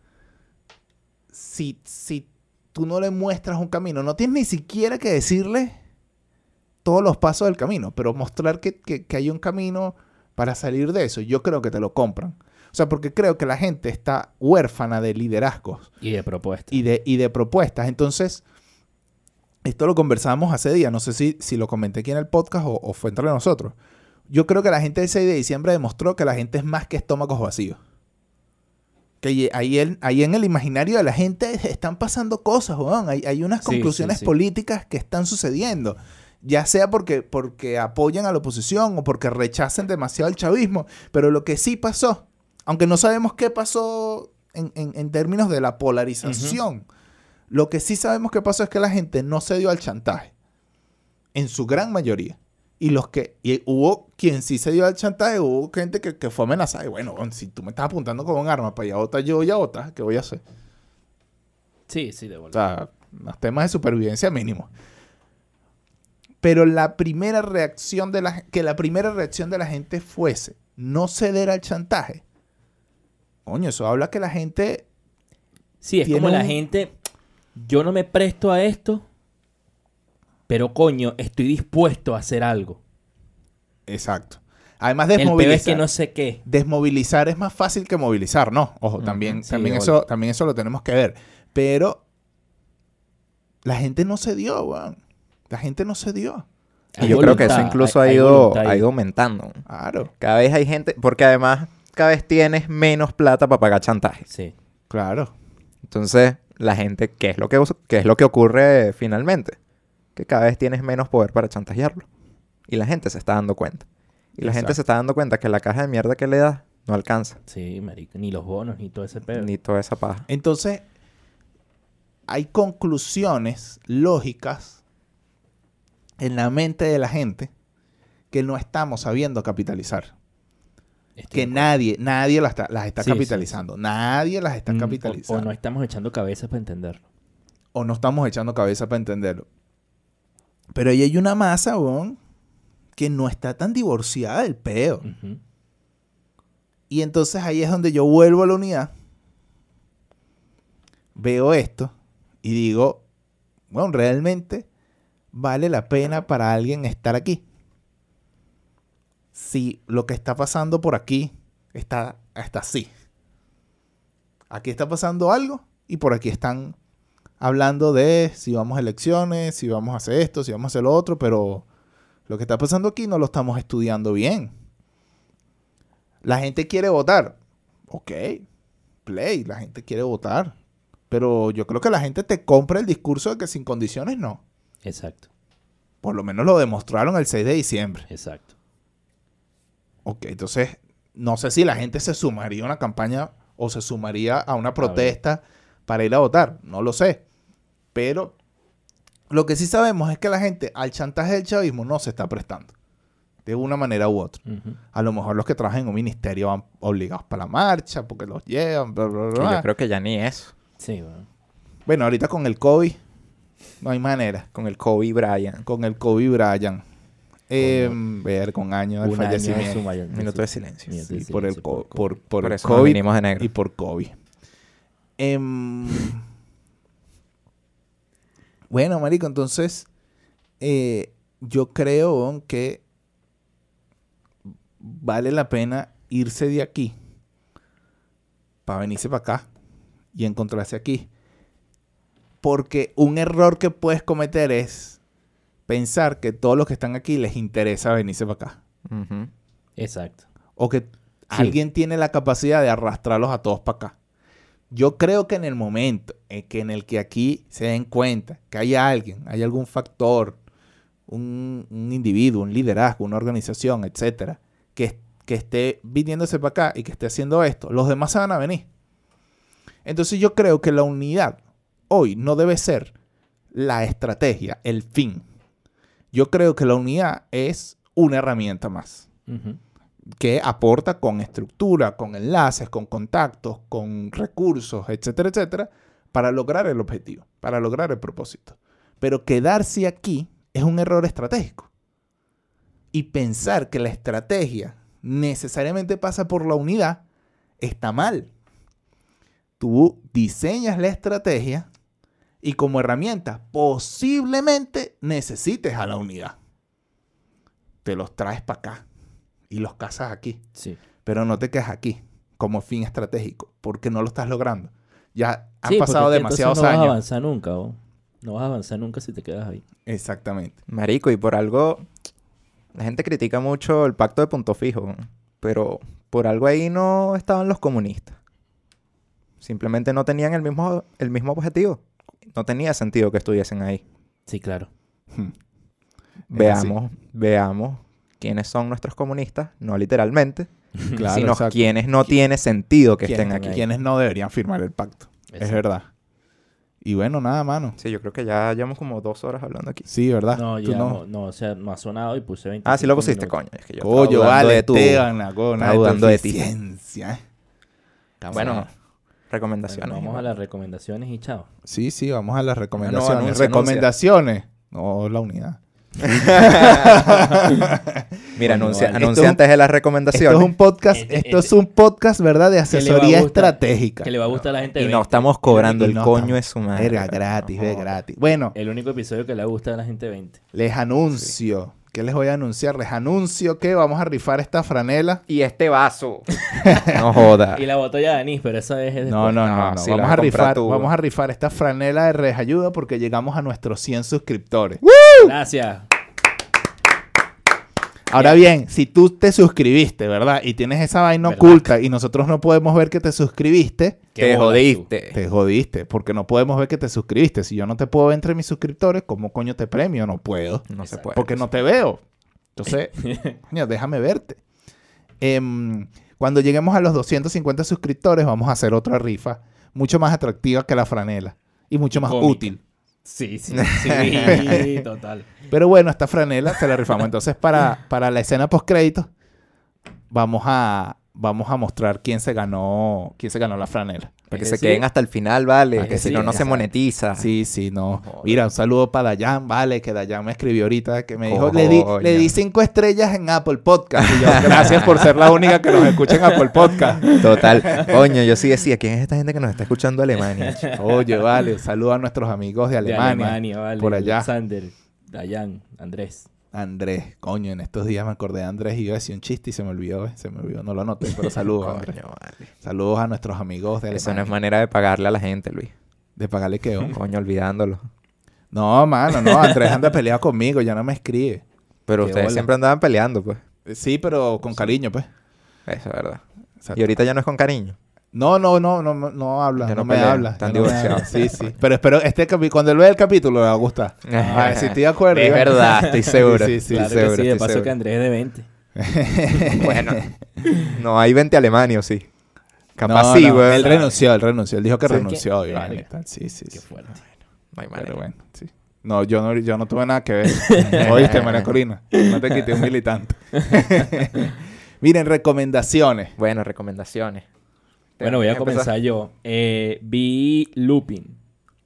Si, si tú no le muestras un camino, no tienes ni siquiera que decirle todos los pasos del camino, pero mostrar que, que, que hay un camino para salir de eso, yo creo que te lo compran. O sea, porque creo que la gente está huérfana de liderazgos Y de propuesta. y de, y de propuestas. Entonces, esto lo conversábamos hace días, no sé si, si lo comenté aquí en el podcast o, o fue entre nosotros. Yo creo que la gente del seis de diciembre demostró que la gente es más que estómagos vacíos. Que ahí, el, ahí en el imaginario de la gente están pasando cosas, weón. Hay, hay unas Sí, conclusiones sí, sí. políticas que están sucediendo. Ya sea porque, porque apoyan a la oposición o porque rechacen demasiado el chavismo. Pero lo que sí pasó, aunque no sabemos qué pasó en, en, en términos de la polarización, lo que sí sabemos que pasó es que la gente no se dio al chantaje. En su gran mayoría. Y los que y hubo quien sí se dio al chantaje, hubo gente que, que fue amenazada. Y bueno, bueno, si tú me estás apuntando con un arma para allá otra, yo ya otra, ¿qué voy a hacer? Sí, sí, de O vuelta. sea, los temas de supervivencia mínimos. Pero la primera reacción de la que la primera reacción de la gente fuese no ceder al chantaje. Coño, eso habla que la gente Sí, es tiene como la un- gente, yo no me presto a esto, pero coño, estoy dispuesto a hacer algo. exacto. Además El peor desmovilizar. es que no sé qué. Desmovilizar es más fácil que movilizar, ¿no? Ojo, Ujú, también, sí, también, de eso, bola. también eso lo tenemos que ver. Pero la gente no se dio, weón. La gente no se dio. Y Hay yo creo que eso voluntad, incluso hay- ha hay ido, voluntad ha ahí. ido aumentando. Claro, Cada vez hay gente... Porque además cada vez tienes menos plata para pagar chantajes. Sí. claro. Entonces, la gente... ¿Qué es lo que, us- qué es lo que ocurre finalmente? Que cada vez tienes menos poder para chantajearlo. Y la gente se está dando cuenta. Y la gente Exacto. se está dando cuenta que la caja de mierda que le das no alcanza. Sí, marico. Ni los bonos, ni todo ese pedo. Ni toda esa paja. Entonces, hay conclusiones lógicas en la mente de la gente que no estamos sabiendo capitalizar. Estoy Que de acuerdo. nadie, nadie las está, las está Sí, sí, capitalizando. Nadie las está Mm, o- capitalizando. O, no estamos echando cabezas para entenderlo. O no estamos echando cabeza para entenderlo. Pero ahí hay una masa, weón, que no está tan divorciada del peo. Ujú. Y entonces ahí es donde yo vuelvo a la unidad, veo esto y digo, bueno, realmente vale la pena para alguien estar aquí. Si lo que está pasando por aquí está, está así. Aquí está pasando algo y por aquí están hablando de si vamos a elecciones, si vamos a hacer esto, si vamos a hacer lo otro, pero lo que está pasando aquí no lo estamos estudiando bien. La gente quiere votar. Ok, play, la gente quiere votar. Pero yo creo que la gente te compra el discurso de que sin condiciones no. Exacto, Por lo menos lo demostraron el seis de diciembre. exacto. Ok, entonces no sé si la gente se sumaría a una campaña o se sumaría a una protesta para ir a votar. No lo sé. Pero lo que sí sabemos es que la gente al chantaje del chavismo no se está prestando. De una manera u otra. Ujú. A lo mejor los que trabajan en un ministerio van obligados para la marcha porque los llevan, bla, bla, bla, Que bla. yo creo que ya ni eso. Sí, bueno. Bueno, ahorita con el COVID no hay manera. Con el Kobe Bryant. Con el Kobe Bryant. Eh, ver, con años del Un año de fallecimiento. su mayor- Minuto de silencio. Minuto Sí, de por el, silencio co- por- por, por Por el eso nos COVID vinimos de negro. y por COVID. Em, bueno, marico, entonces eh, yo creo que vale la pena irse de aquí para venirse para acá y encontrarse aquí. Porque un error que puedes cometer es pensar que todos los que están aquí les interesa venirse para acá. Ujú. Exacto. O que alguien tiene la capacidad de arrastrarlos a todos para acá. Yo creo que en el momento en que en el que aquí se den cuenta que hay alguien, hay algún factor, un, un individuo, un liderazgo, una organización, etcétera, que, que esté viniéndose para acá y que esté haciendo esto, los demás se van a venir. Entonces yo creo que la unidad hoy no debe ser la estrategia, el fin. Yo creo que la unidad es una herramienta más Ujú. que aporta con estructura, con enlaces, con contactos, con recursos, etcétera, etcétera, para lograr el objetivo, para lograr el propósito. Pero quedarse aquí es un error estratégico. Y pensar que la estrategia necesariamente pasa por la unidad está mal. Tú diseñas la estrategia y como herramienta posiblemente necesites a la unidad. Te los traes para acá y los casas aquí. Sí. Pero no te quedas aquí como fin estratégico porque no lo estás logrando. Ya han Sí, pasado porque demasiados entonces no vas a años. avanzar nunca, ¿o? No vas a avanzar nunca si te quedas ahí. Exactamente. Marico, y por algo... La gente critica mucho el pacto de Punto Fijo, pero por algo ahí no estaban los comunistas. Simplemente no tenían el mismo, el mismo objetivo. No tenía sentido que estuviesen ahí. Sí, claro. Hmm. Veamos, veamos quiénes son nuestros comunistas, no literalmente, Claro, sino exacto. quiénes no tiene sentido que ¿Quiénes- estén aquí. Quienes no deberían firmar el pacto. Es Exacto. verdad. Y bueno, nada, mano. Sí, yo creo que ya llevamos como dos horas hablando aquí. Sí, ¿verdad? No, Tú ya no, no, o sea, no ha sonado y puse veinte. Ah, sí lo pusiste, coño. Es que yo estaba Coño, dudando vale, de tu... Esteban, Nagona, estaba de tu dudando de ti. eficiencia, ¿eh? Estamos- Bueno, recomendaciones. Bueno, vamos a las recomendaciones y chao. Sí, sí, vamos a las recomendaciones. anuncia, recomendaciones. No, la unidad. Mira, Bueno, anuncia, vale. anuncia Esto es un- antes de las Esto recomendaciones. es un podcast, Este- esto este- es un podcast, ¿verdad? De Que le va a asesoría gustar- estratégica. Que le va a gustar a la gente. Y veinte. no estamos cobrando Y el no coño estamos- de su madre. Verga, gratis, No ve, jodas. gratis. Bueno, El único episodio que le gusta a la gente veinte. les anuncio. ¿Qué les voy a anunciar? Les anuncio que vamos a rifar esta franela. Y este vaso. No joda. Y la botella de anís, pero esa es después. No, no, no. No, no. sí, la vamos, vas a a comprar rifar, tú. vamos a rifar esta franela de Resayuda porque llegamos a nuestros cien suscriptores. Gracias. Ahora bien, si tú te suscribiste, ¿verdad? Y tienes esa vaina ¿Verdad? oculta y nosotros no podemos ver que te suscribiste, Qué Te bolas jodiste. te jodiste. Porque no podemos ver que te suscribiste. Si yo no te puedo ver entre mis suscriptores, ¿cómo coño te premio? No puedo. No se Exacto. puede. Porque no te veo. Entonces, coño, déjame verte. Em, cuando lleguemos a los doscientos cincuenta suscriptores, vamos a hacer otra rifa mucho más atractiva que la franela y mucho más Cómica. útil. Sí, sí, sí, total. Pero bueno, esta franela se la rifamos. Entonces, para, para la escena post-créditos, vamos a, vamos a mostrar quién se ganó, quién se ganó la franela. Para que Es se decir- queden hasta el final, vale. Ah, Que si sí, no, no se exacto. monetiza. Sí, sí, no. Joder. Mira, un saludo para Dayan, vale, que Dayan me escribió ahorita, que me dijo, le di, Coño. le di cinco estrellas en Apple Podcast. Y yo, gracias por ser la única que nos escucha en Apple Podcast. Total. Coño, yo sí decía, ¿quién es esta gente que nos está escuchando de Alemania? chico? Oye, vale, saludo a nuestros amigos de De Alemania. Alemania, vale. por allá. Alexander, Dayan, Andrés. Andrés, coño, en estos días me acordé de Andrés y yo decía un chiste y se me olvidó, eh, se me olvidó, no lo anoté, pero saludos, Andrés. Coño, vale. Saludos a nuestros amigos de Eso no Alemania. es manera de pagarle a la gente, Luis. De pagarle qué, hombre. Coño, olvidándolo. No, mano, no, Andrés anda peleado conmigo, ya no me escribe. Pero Qué ustedes bola. siempre andaban peleando, pues. Eh, Sí, pero con cariño, pues. Eso es verdad. Exacto. Y ahorita ya no es con cariño. No, no, no, no, no habla, Ya no, no me pelean, habla. están ya no me divorciados. habla. Sí, sí. Pero espero, este capi- cuando él vea el capítulo le va a gustar. A ver si estoy de acuerdo. Es ¿eh? verdad, estoy seguro. Sí, sí, sí. claro estoy seguro, que sí, de estoy paso seguro. que Andrés es de veinte. Bueno, no hay veinte alemanes, sí. Capaz No, sí, no, güey. Él renunció, él renunció. Él dijo que Sí, renunció. que- y que vaina y verga. tal. Sí, sí, Qué sí. fuerte. No hay Pero manera. bueno, sí. No, yo no, yo no tuve nada que ver. Oíste, María Corina. No te quité un militante. Miren, recomendaciones. Bueno, recomendaciones. Bueno, voy a Empezar. comenzar yo. Eh, vi Lupin.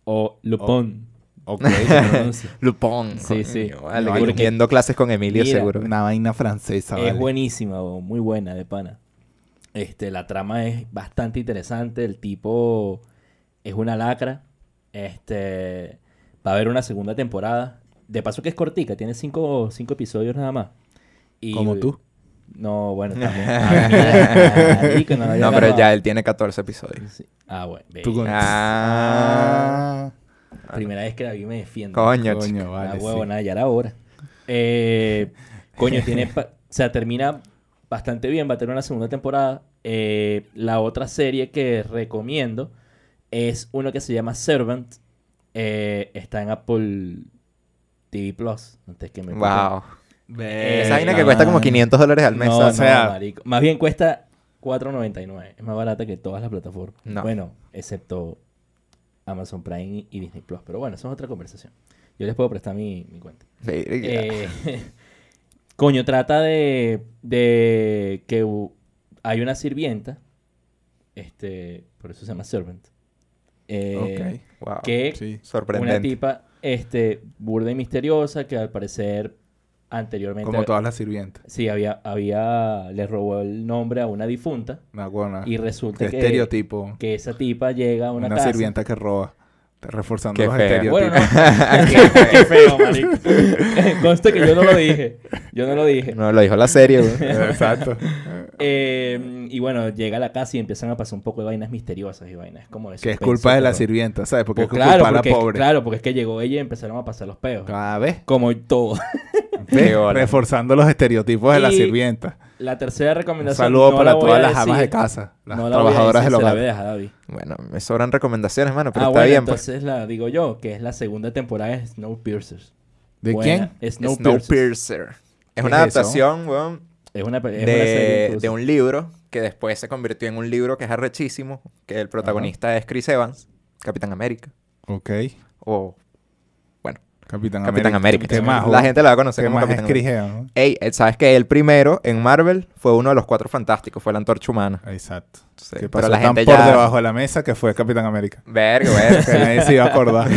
O Lupón. Ok. se pronuncia. Lupón. Sí, sí. Coño, vale, No, porque- viendo clases con Emilio Mira, seguro. Una vaina francesa, Es vale. buenísima, bo, muy buena, de pana. Este, la trama es bastante interesante. El tipo es una lacra. Este, va a haber una segunda temporada. De paso que es cortica, tiene cinco, cinco episodios nada más. Y, Como tú. No, bueno, también. Ah, mira, marico, no, lo había No, pero agarrado. ya él tiene catorce episodios. Sí. Ah, bueno. ve. Tú con- Ah, Primera vez que la vi me defiendo. coño, Coño, chico. vale, Ah, sí. huevo, nada, ya era hora. Eh, coño, tiene... pa- o sea, termina bastante bien. Va a tener una segunda temporada. Eh, la otra serie que recomiendo es uno que se llama Servant. Eh, está en Apple T V Plus. Antes que me Wow. Eh, Esa vaina que cuesta como quinientos dólares al mes. No, ¿sabes? o sea- no, marico. Más bien cuesta cuatro noventa y nueve. Es más barata que todas las plataformas. No. Bueno, excepto Amazon Prime y Disney Plus. Pero bueno, eso es otra conversación. Yo les puedo prestar mi, mi cuenta. Verga. Eh, coño, trata de, de que u- hay una sirvienta. Este, por eso se llama Servant. Eh, Wow. Que Sí. una Sorprendente. tipa este, burda y misteriosa que al parecer anteriormente... Como todas las sirvientas. Sí, había, había, le robó el nombre a una difunta Una buena. y resulta Qué que, estereotipo. que esa tipa llega a una, Una, casa. sirvienta que roba. Está reforzando Qué los feo. estereotipos. Bueno, no, qué, qué feo, marico. Conste que yo no lo dije. Yo no lo dije. No, lo dijo la serie, güey. Exacto. Eh, y bueno, llega a la casa y empiezan a pasar un poco de vainas misteriosas y vainas como de Que es suspenso, culpa de la terror. sirvienta, ¿sabes? Porque Pues es claro, culpa de porque, la pobre. claro, porque es que llegó ella y empezaron a pasar los peos. Cada vez. Como todo. ¿Ves? Qué bola. Reforzando los estereotipos de la Y- sirvienta. La tercera Un recomendación. saludo no para la voy todas a las amas de decir. casa. Las No la voy a trabajadoras decir, del se la hogar. voy a dejar a David. Bueno, me sobran recomendaciones, mano, pero Ah, está bueno, bien, pues. entonces la digo yo, que es la segunda temporada de Snowpiercer. ¿De Buena. quién? Snowpiercer. Snowpiercer. Es ¿Qué una es eso? adaptación, weón, Es una, pe- es una serie de, incluso. de un libro que después se convirtió en un libro que es arrechísimo, que el protagonista es Chris Evans, Capitán América, Ok. o, bueno, Capitán, Capitán América. ¿Qué más? La gente la va a conocer ¿Qué como más Capitán es América. Chris Evans, Ey, eh, ¿sabes que el primero en Marvel fue uno de los Cuatro Fantásticos? Fue la Antorcha Humana. no? Exacto. Sí, Que pero pasó la tan gente por ya... debajo de la mesa que fue Capitán América. Verga, verga. Que nadie se iba a acordar.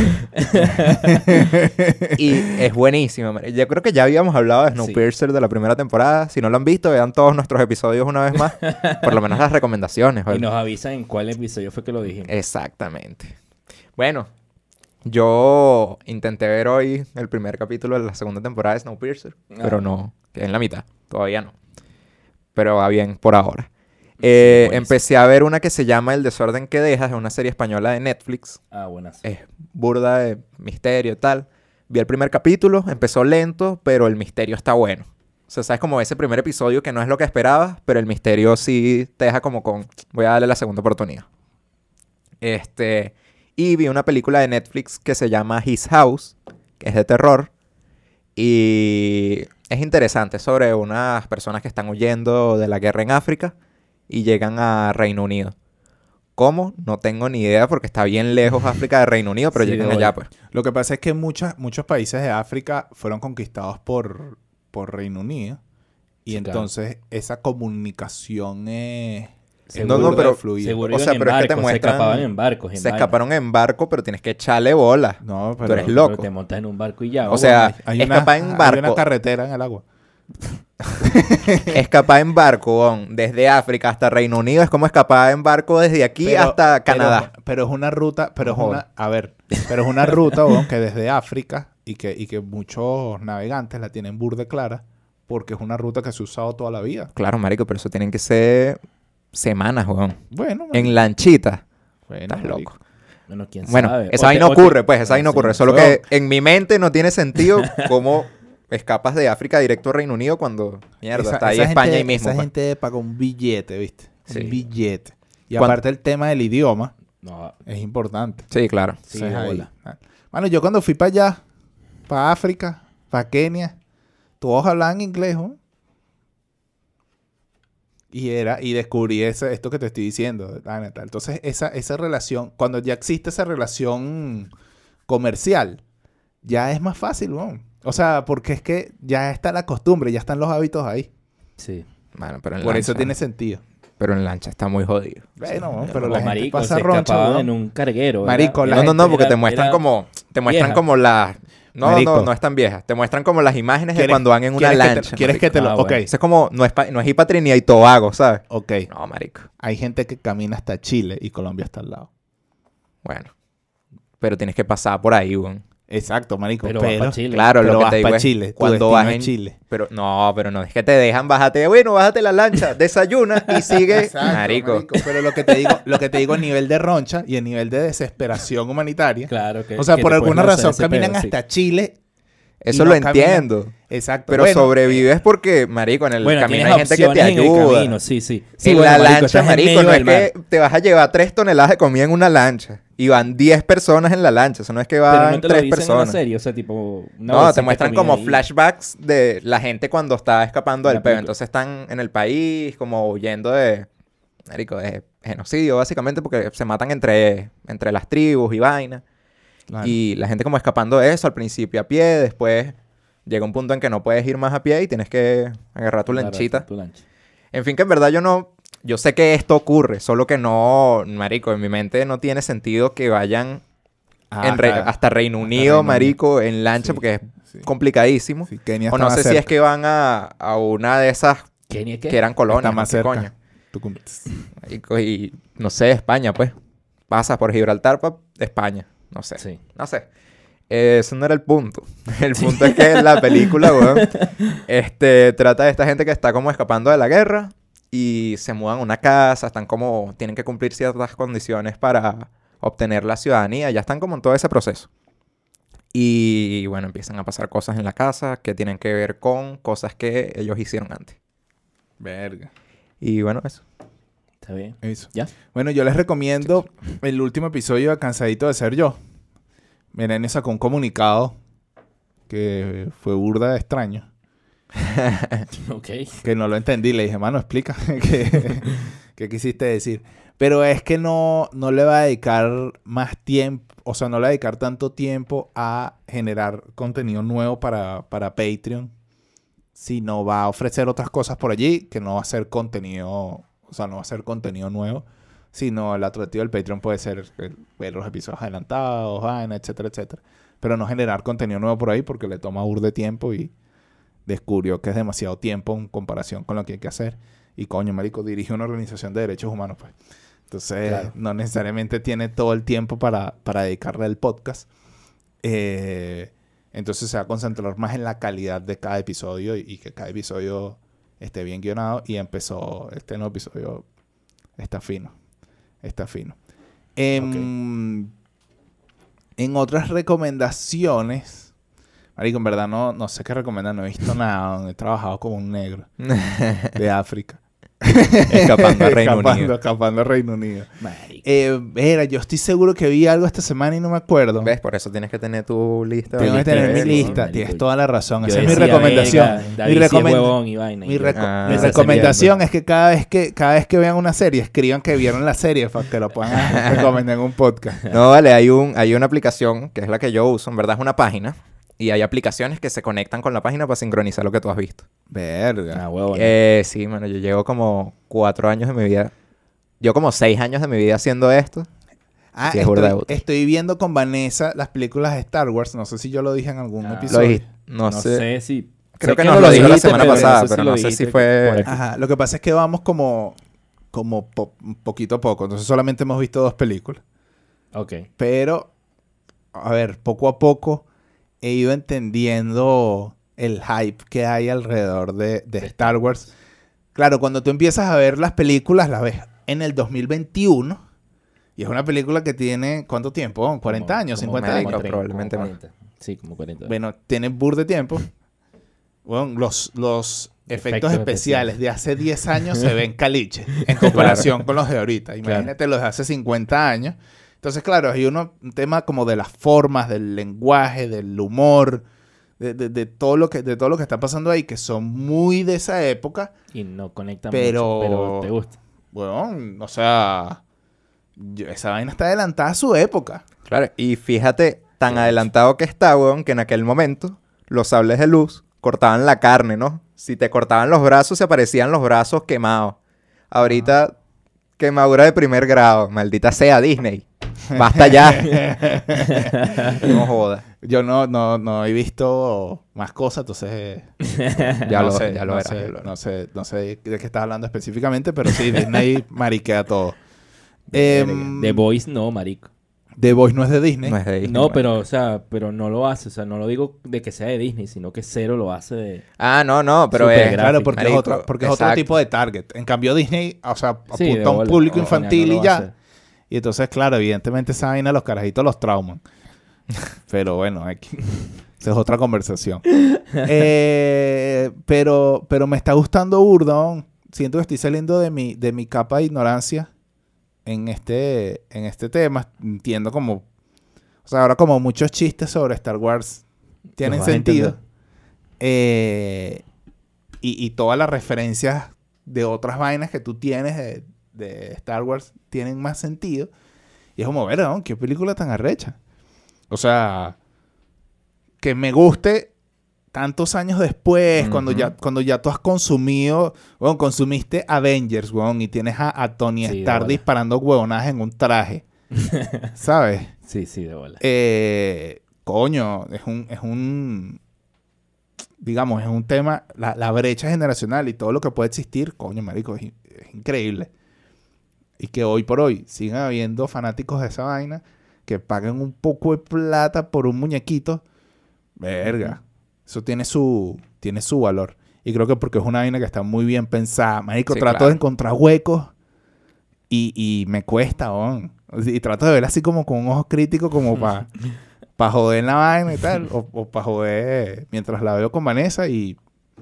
Y es buenísimo. man. Yo creo que ya habíamos hablado de Snowpiercer de la primera temporada. Si no lo han visto, vean todos nuestros episodios una vez más. Por lo menos las recomendaciones. Y ¿vale? nos avisan en cuál episodio fue que lo dijimos. Exactamente. Bueno, yo intenté ver hoy el primer capítulo de la segunda temporada de Snowpiercer. Ah. Pero no, quedé en la mitad. Todavía no. Pero va bien por ahora. Eh, buenísimo. empecé a ver una que se llama El desorden que dejas. Es una serie española de Netflix. Ah, buenas. Es burda de misterio y tal. Vi el primer capítulo, empezó lento, pero el misterio está bueno. O sea, sabes como ese primer episodio que no es lo que esperabas, pero el misterio sí te deja como con... Voy a darle la segunda oportunidad. Este... Y vi una película de Netflix que se llama His House, que es de terror. Y es interesante, es sobre unas personas que están huyendo de la guerra en África y llegan a Reino Unido. ¿Cómo? No tengo ni idea porque está bien lejos África de Reino Unido, pero Sí, llegan de allá, bola. pues. Lo que pasa es que muchas, muchos países de África fueron conquistados por, por Reino Unido. Y Sí, claro. entonces esa comunicación es... No, no, pero- fluida. Seguro O sea, iban en pero es que te barcos, muestran- se escapaban en barcos. En Se vainas. escaparon en barco, pero tienes que echarle bola. No, pero... Tú eres Pero loco. te montas en un barco y ya. O sea, hay, hay una, escapar en hay una barco. carretera en el agua. Escapar en barco, weón, desde África hasta Reino Unido es como escapar en barco desde aquí Pero- hasta pero- Canadá. Pero, es una ruta, pero No es una, a ver, pero es una ruta, weón, que desde África y que, y que muchos navegantes la tienen burde clara porque es una ruta que se ha usado toda la vida. Claro, marico, pero eso tienen que ser semanas, weón. Bueno, En lanchita. bueno, Estás marico. loco. Bueno, quién Bueno, sabe. esa O vaina te- o te- ocurre, pues, esa vaina Sí, ocurre. Solo weón. que en mi mente no tiene sentido cómo escapas de África directo a Reino Unido cuando, mierda, Esa- está ahí esa España gente, ahí mismo. Esa pues. gente paga un billete, ¿viste? Sí. Un billete. Y Cuan- aparte el tema del idioma No, es importante. Sí, claro. sí, Entonces, de ahí- bola. ah. Mano, yo cuando fui para allá, para África, para Kenia, todos hablaban inglés, ¿no? Y era, y descubrí ese, esto que te estoy diciendo, la neta. Entonces, esa, esa relación, cuando ya existe esa relación comercial, ya es más fácil, ¿no? O sea, porque es que ya está la costumbre, ya están los hábitos ahí. Sí. Bueno, pero en Por eso lancha- tiene sentido. Pero en lancha está muy jodido. Bueno, Sí, pero O la gente marico, pasa se roncha, escapaban weón. en un carguero. Marico, ¿verdad? la no, no, no, Era- porque te era- muestran era- como... Te muestran vieja. como las... No, Marico. no, no es tan vieja. Te muestran como las imágenes de ¿Quieres- cuando van en una ¿Quieres que te- lancha. ¿Quieres que te lo...? Ah, Ok, bueno. Eso es como... No es, pa- no es Ipatri ni Tobago, ¿sabes? ok. No, marico. Hay gente que camina hasta Chile y Colombia está al lado. Bueno. Pero tienes que pasar por ahí, weón. Exacto, marico. Pero Pero, vas pa' Chile. Claro, pero lo que vas te digo pa' es Chile. Tu cuando destino vas es en Chile. Pero no, pero no es que te dejan, bájate, bueno, bájate la lancha, desayuna y sigue, Exacto, marico. Pero lo que te digo, lo que te digo a nivel de roncha y a nivel de desesperación humanitaria. Claro que o sea, que por te alguna puedes lanzar razón ese caminan pedo, sí. hasta Chile. Eso y lo no caminan. entiendo. Exacto. Pero Bueno, sobrevives porque, marico, en el Bueno, camino tienes hay gente que te opciones en el ayuda. camino, sí, sí. Sí, en bueno, la marico, lancha, estás en marico, medio no es del mar. que te vas a llevar tres toneladas de comida en una lancha. Y van diez personas en la lancha. Eso no es que Pero van no te lo tres dicen en personas. una serie, o sea, tipo... una No, bolsita te de muestran comida como ahí. flashbacks de la gente cuando está escapando De del la peo. película. Entonces están en el país como huyendo de, marico, de genocidio básicamente porque se matan entre, entre las tribus y vainas. claro. Y la gente como escapando de eso al principio a pie, después llega un punto en que no puedes ir más a pie y tienes que agarrar tu Claro, lanchita. tu lancha. En fin, que en verdad yo no... Yo sé que esto ocurre, solo que no, marico, en mi mente no tiene sentido que vayan Ah, en Re- hasta- hasta Reino hasta Unido, Reino Unido. marico, en lancha, Sí, porque es sí. complicadísimo. Sí, Kenia O está no más sé si cerca. es que van a, a una de esas ¿Kenia qué? que eran colonias. Está más ¿no? ¿Qué cerca. coño? Tucum- Marico, y no sé, España, pues. Pasas por Gibraltar para España. No sé. Sí. No sé. Eh, Eso no era el punto. El punto es que la película, weón, este, trata de esta gente que está como escapando de la guerra y se mudan a una casa, están como, tienen que cumplir ciertas condiciones para obtener la ciudadanía, ya están como en todo ese proceso. Y bueno, empiezan a pasar cosas en la casa que tienen que ver con cosas que ellos hicieron antes. Verga. Y bueno, eso. Está bien. Eso. ¿Ya? Bueno, yo les recomiendo el último episodio de Cansadito de Ser Yo. Miren, sacó un comunicado que fue burda de extraño. Ok. Que no lo entendí. Le dije, mano, explica qué, qué quisiste decir. Pero es que no, no le va a dedicar más tiempo, o sea, no le va a dedicar tanto tiempo a generar contenido nuevo para, para Patreon, sino va a ofrecer otras cosas por allí que no va a ser contenido, o sea, no va a ser contenido nuevo, sino el atractivo del Patreon puede ser el- ver los episodios adelantados, vaina, etcétera, etcétera. Pero no generar contenido nuevo por ahí porque le toma burda de tiempo y descubrió que es demasiado tiempo en comparación con lo que hay que hacer. Y coño, marico, dirige una organización de derechos humanos, pues. Entonces, Claro. no necesariamente tiene todo el tiempo para, para dedicarle al podcast. Eh, entonces se va a concentrar más en la calidad de cada episodio y, y que cada episodio esté bien guionado. Y empezó, este nuevo episodio está fino. Está fino. Em, En otras recomendaciones, marico, en verdad no, no sé qué recomendar. No he visto nada. He trabajado como un negro de África. Escapando a Reino escapando, Unido. escapando a Reino Unido. Marico. Eh, era, yo estoy seguro que vi algo esta semana y no me acuerdo. ¿Ves? Por eso tienes que tener tu lista. Tengo que lista tener de mi ver, ¿no? lista. Marico, Tienes toda la razón. Yo Esa es mi decía, recomendación. venga, Mi, David sí es recomen- huevón y vaina, mi, y- reco- Ah, mi esa recomendación es que cada vez que cada vez que vean una serie, escriban que vieron la serie para que lo puedan recomendar en un podcast. No, vale, hay, un, hay una aplicación que es la que yo uso, en verdad es una página. Y hay aplicaciones que se conectan con la página para sincronizar lo que tú has visto. Verga. Ah, huevo. ¿no? Eh, sí, mano, yo llevo como cuatro años de mi vida. Yo como seis años de mi vida haciendo esto. Ah, sí, es burda de estoy, útil. estoy viendo con Vanessa las películas de Star Wars. No sé si yo lo dije en algún Ah, Lo episodio. dijiste. No, No sé. sé si... Creo sé que nos lo lo dijo la dijiste, semana pero pasada, sé pero lo no sé dijiste si fue- por aquí. Ajá, lo que pasa es que vamos como, como po- poquito a poco. Entonces solamente hemos visto dos películas. Ok. Pero, a ver, poco a poco he ido entendiendo el hype que hay alrededor de, de Star Wars. Claro, cuando tú empiezas a ver las películas, las ves en el dos mil veintiuno. Y es una película que tiene, ¿cuánto tiempo? ¿cuarenta Como- años? como ¿cincuenta marico, años? treinta, probablemente como más. cuarenta. Sí, como cuarenta. Bueno, tiene bur de tiempo. Bueno, los, los efectos, Efectos especiales de hace diez años se ven caliche en comparación con los de ahorita. Imagínate los de hace cincuenta años. Entonces, claro, hay uno, un tema como de las formas, del lenguaje, del humor, de, de, de todo lo que, de todo lo que está pasando ahí, que son muy de esa época. Y no conecta Pero- mucho, pero te gusta. Bueno, o sea, yo- esa vaina está adelantada a su época. Claro, y fíjate, tan adelantado que está, weón, que en aquel momento los sables de luz cortaban la carne, ¿no? Si te cortaban los brazos, se aparecían los brazos quemados. Ahorita, quemadura de primer grado. Maldita sea Disney. Basta ya. No joda. Yo no, no, no he visto más cosas, entonces... Ya no lo, sé, ya lo no verás. sé, ya lo verás. no sé, no sé de qué estás hablando específicamente, pero sí, Disney mariquea todo. Em, The Voice no, marico. The Voice no es de Disney. No es de Disney. No, marico. pero, o sea, pero no lo hace. O sea, no lo digo de que sea de Disney, sino que cero lo hace de... Ah, no, no, pero Súper es... gráfico. Claro, porque, es, Marico, otro, porque es otro exacto. tipo de target. En cambio, Disney, o sea, Sí, de apunta a un bola. público O- infantil no lo y ya. hace. Y entonces, claro, evidentemente esa vaina los carajitos los trauman. Pero bueno, aquí. Esa es otra conversación. Eh, pero, pero me está gustando burda. Siento que estoy saliendo de mi, de mi capa de ignorancia en este, en este tema. Entiendo como... O sea, ahora como muchos chistes sobre Star Wars tienen Los vas a sentido. entender. Eh, y, y todas las referencias de otras vainas que tú tienes de, de Star Wars tienen más sentido. Y es como, ver, ¿no? ¿Qué película tan arrecha? O sea, que me guste tantos años después, Ujú. cuando ya cuando ya tú has consumido, bueno, consumiste Avengers, weón, y tienes a, a Tony Sí, de Stark bola. disparando huevonadas en un traje. ¿Sabes? Sí, sí, de bola. Eh, coño, es un, es un, digamos, es un tema, la, la brecha generacional y todo lo que puede existir, coño, marico, es, es increíble. Y que hoy por hoy sigan habiendo fanáticos de esa vaina que paguen un poco de plata por un muñequito, verga, eso tiene su, tiene su valor. Y creo que porque es una vaina que está muy bien pensada, marico, Sí, trato claro. de encontrar huecos y, y me cuesta, on. Y trato de ver así como con un ojo crítico como para pa joder la vaina y tal, o, o para joder mientras la veo con Vanessa y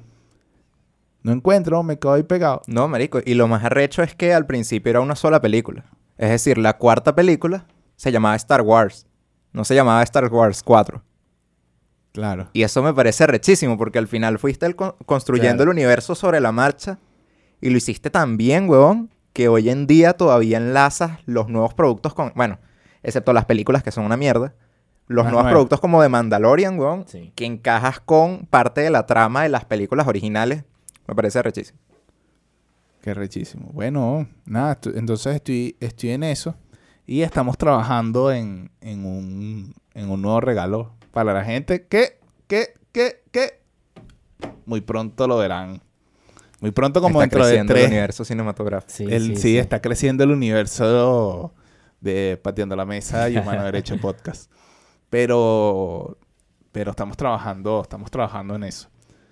no encuentro, me quedo ahí pegado. No, marico. Y lo más arrecho es que al principio era una sola película. Es decir, la cuarta película se llamaba Star Wars. No se llamaba Star Wars cuatro. Claro. Y eso me parece arrechísimo porque al final fuiste el con- construyendo Claro. el universo sobre la marcha y lo hiciste tan bien, huevón, que hoy en día todavía enlazas los nuevos productos con... Bueno, excepto las películas que son una mierda. Los Las nuevos nuevas. productos como de Mandalorian, huevón, Sí. que encajas con parte de la trama de las películas originales. Me parece arrechísimo. Qué rechísimo. Bueno, nada, estu- entonces estoy, estoy en eso y estamos trabajando en, en, un, en un nuevo regalo para la gente que, que, que, que muy pronto lo verán. Muy pronto como Está dentro de creciendo el tres. universo cinematográfico. Sí, el, sí, sí, sí. está creciendo el universo de Pateando la Mesa y Humano Derecho Podcast. Pero, pero estamos trabajando, estamos trabajando en eso.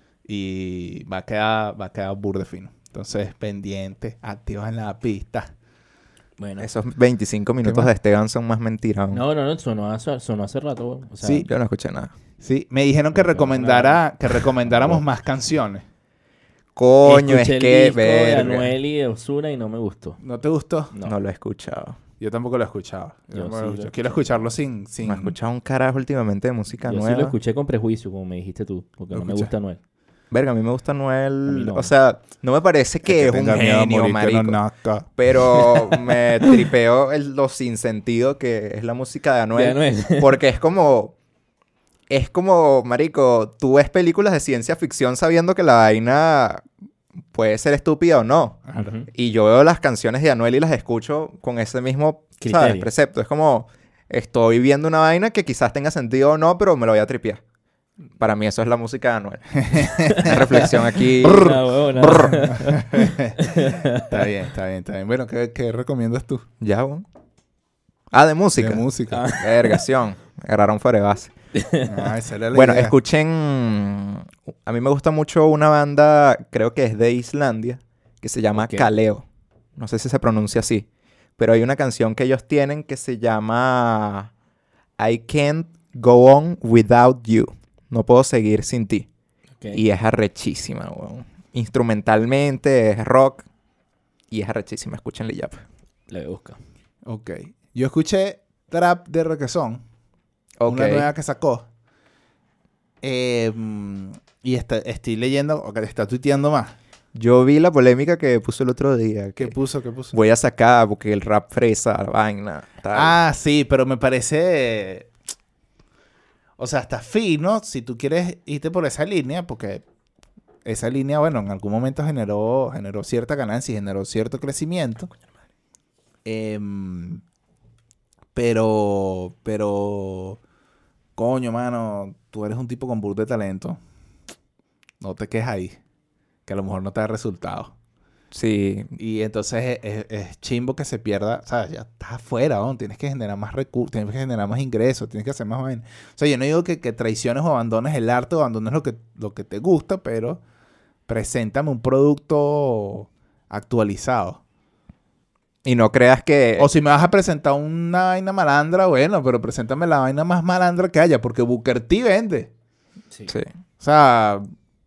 Y va a quedar, va a quedar burde fino. Entonces, pendiente, activos en la pista. Bueno. Esos veinticinco minutos más? de Esteban son más mentiras. No, no, no, sonó hace, sonó hace rato, weón. O sea, Sí. Yo no escuché nada. Sí, me dijeron que Bueno, recomendara, que recomendáramos Oh. más canciones. Coño, escuché es el que... disco de verga. Anuel y de Ozuna y no me gustó. ¿No te gustó? No. No lo he escuchado. Yo tampoco lo he escuchado. Yo Yo tampoco sí lo lo escucho. escuché. Quiero escucharlo sin... sin... No he escuchado un carajo últimamente de música Yo sí nueva. lo escuché con prejuicio, como me dijiste tú, porque Lo no me escuché. gusta Anuel. Verga, a mí me gusta Noel. A mí no. O sea, no me parece que es, un tenga miedo a genio, morir, que marico. no nazca. Pero me tripeo el, lo sin sentido que es la música de Anuel. De Anuel. Porque es como... Es como, marico, tú ves películas de ciencia ficción sabiendo que la vaina puede ser estúpida o no. Claro. Ujú. Y yo veo las canciones de Anuel y las escucho con ese mismo, ¿sabes? Criterio. Precepto. Es como, estoy viendo una vaina que quizás tenga sentido o no, pero me lo voy a tripear. Para mí eso es la música de Anuel. Una reflexión aquí. Ah, huevón, nada. Está bien, está bien, está bien. Bueno, ¿qué, qué recomiendas tú? Ya, weón. Ah, de música. De música. Vergación. Agarraron fuera de base. Ah, esa era la Bueno, idea. escuchen... A mí me gusta mucho una banda, creo que es de Islandia, que se llama Ok. Kaleo. No sé si se pronuncia así. Pero hay una canción que ellos tienen que se llama I Can't Go On Without You. No puedo seguir sin ti. Ok. Y es arrechísima, weón. Instrumentalmente es rock. Y es arrechísima. Escúchenle ya. pues. Le voy a buscar. Ok. Yo escuché Trap de Requesón. Ok. Una nueva que sacó. Eh, mm, y está- estoy leyendo, o que está tuiteando más. Yo vi la polémica que puso el otro día. ¿Qué Que puso? ¿Qué puso? voy a sacar porque el rap fresa, la vaina, tal. Ah, sí, pero me parece... O sea, está fino si tú quieres irte por esa línea, porque esa línea, bueno, en algún momento generó, generó cierta ganancia y generó cierto crecimiento. Em, pero, pero, coño, mano, tú eres un tipo con burda de talento. No te quejes ahí, que a lo mejor no te da resultado. Sí. Y entonces es, es, es chimbo que se pierda, o sea, ya estás afuera, ¿no? Tienes que generar más recursos, tienes que generar más ingresos, tienes que hacer más vaina. O sea, yo no digo que, que traiciones o abandones el arte o abandones lo que, lo que te gusta, pero preséntame un producto actualizado. Y no creas que... O si me vas a presentar una vaina malandra, bueno, pero preséntame la vaina más malandra que haya, porque Booker T vende. Sí. Sí. O sea...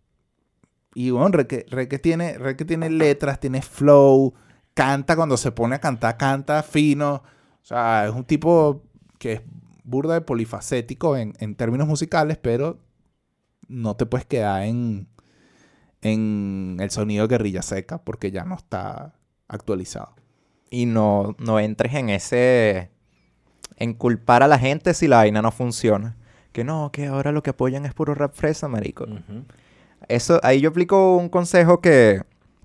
Y bueno, Reque, Reque, tiene, Reque tiene letras, tiene flow, canta cuando se pone a cantar, canta fino. O sea, es un tipo que es burda de polifacético en, en términos musicales, pero no te puedes quedar en, en el sonido de Guerrilla Seca porque ya no está actualizado. Y no, no entres en ese... En culpar a la gente si la vaina no funciona. Que no, que ahora lo que apoyan es puro rap fresa, marico. Ujú. Eso, ahí yo aplico un consejo que,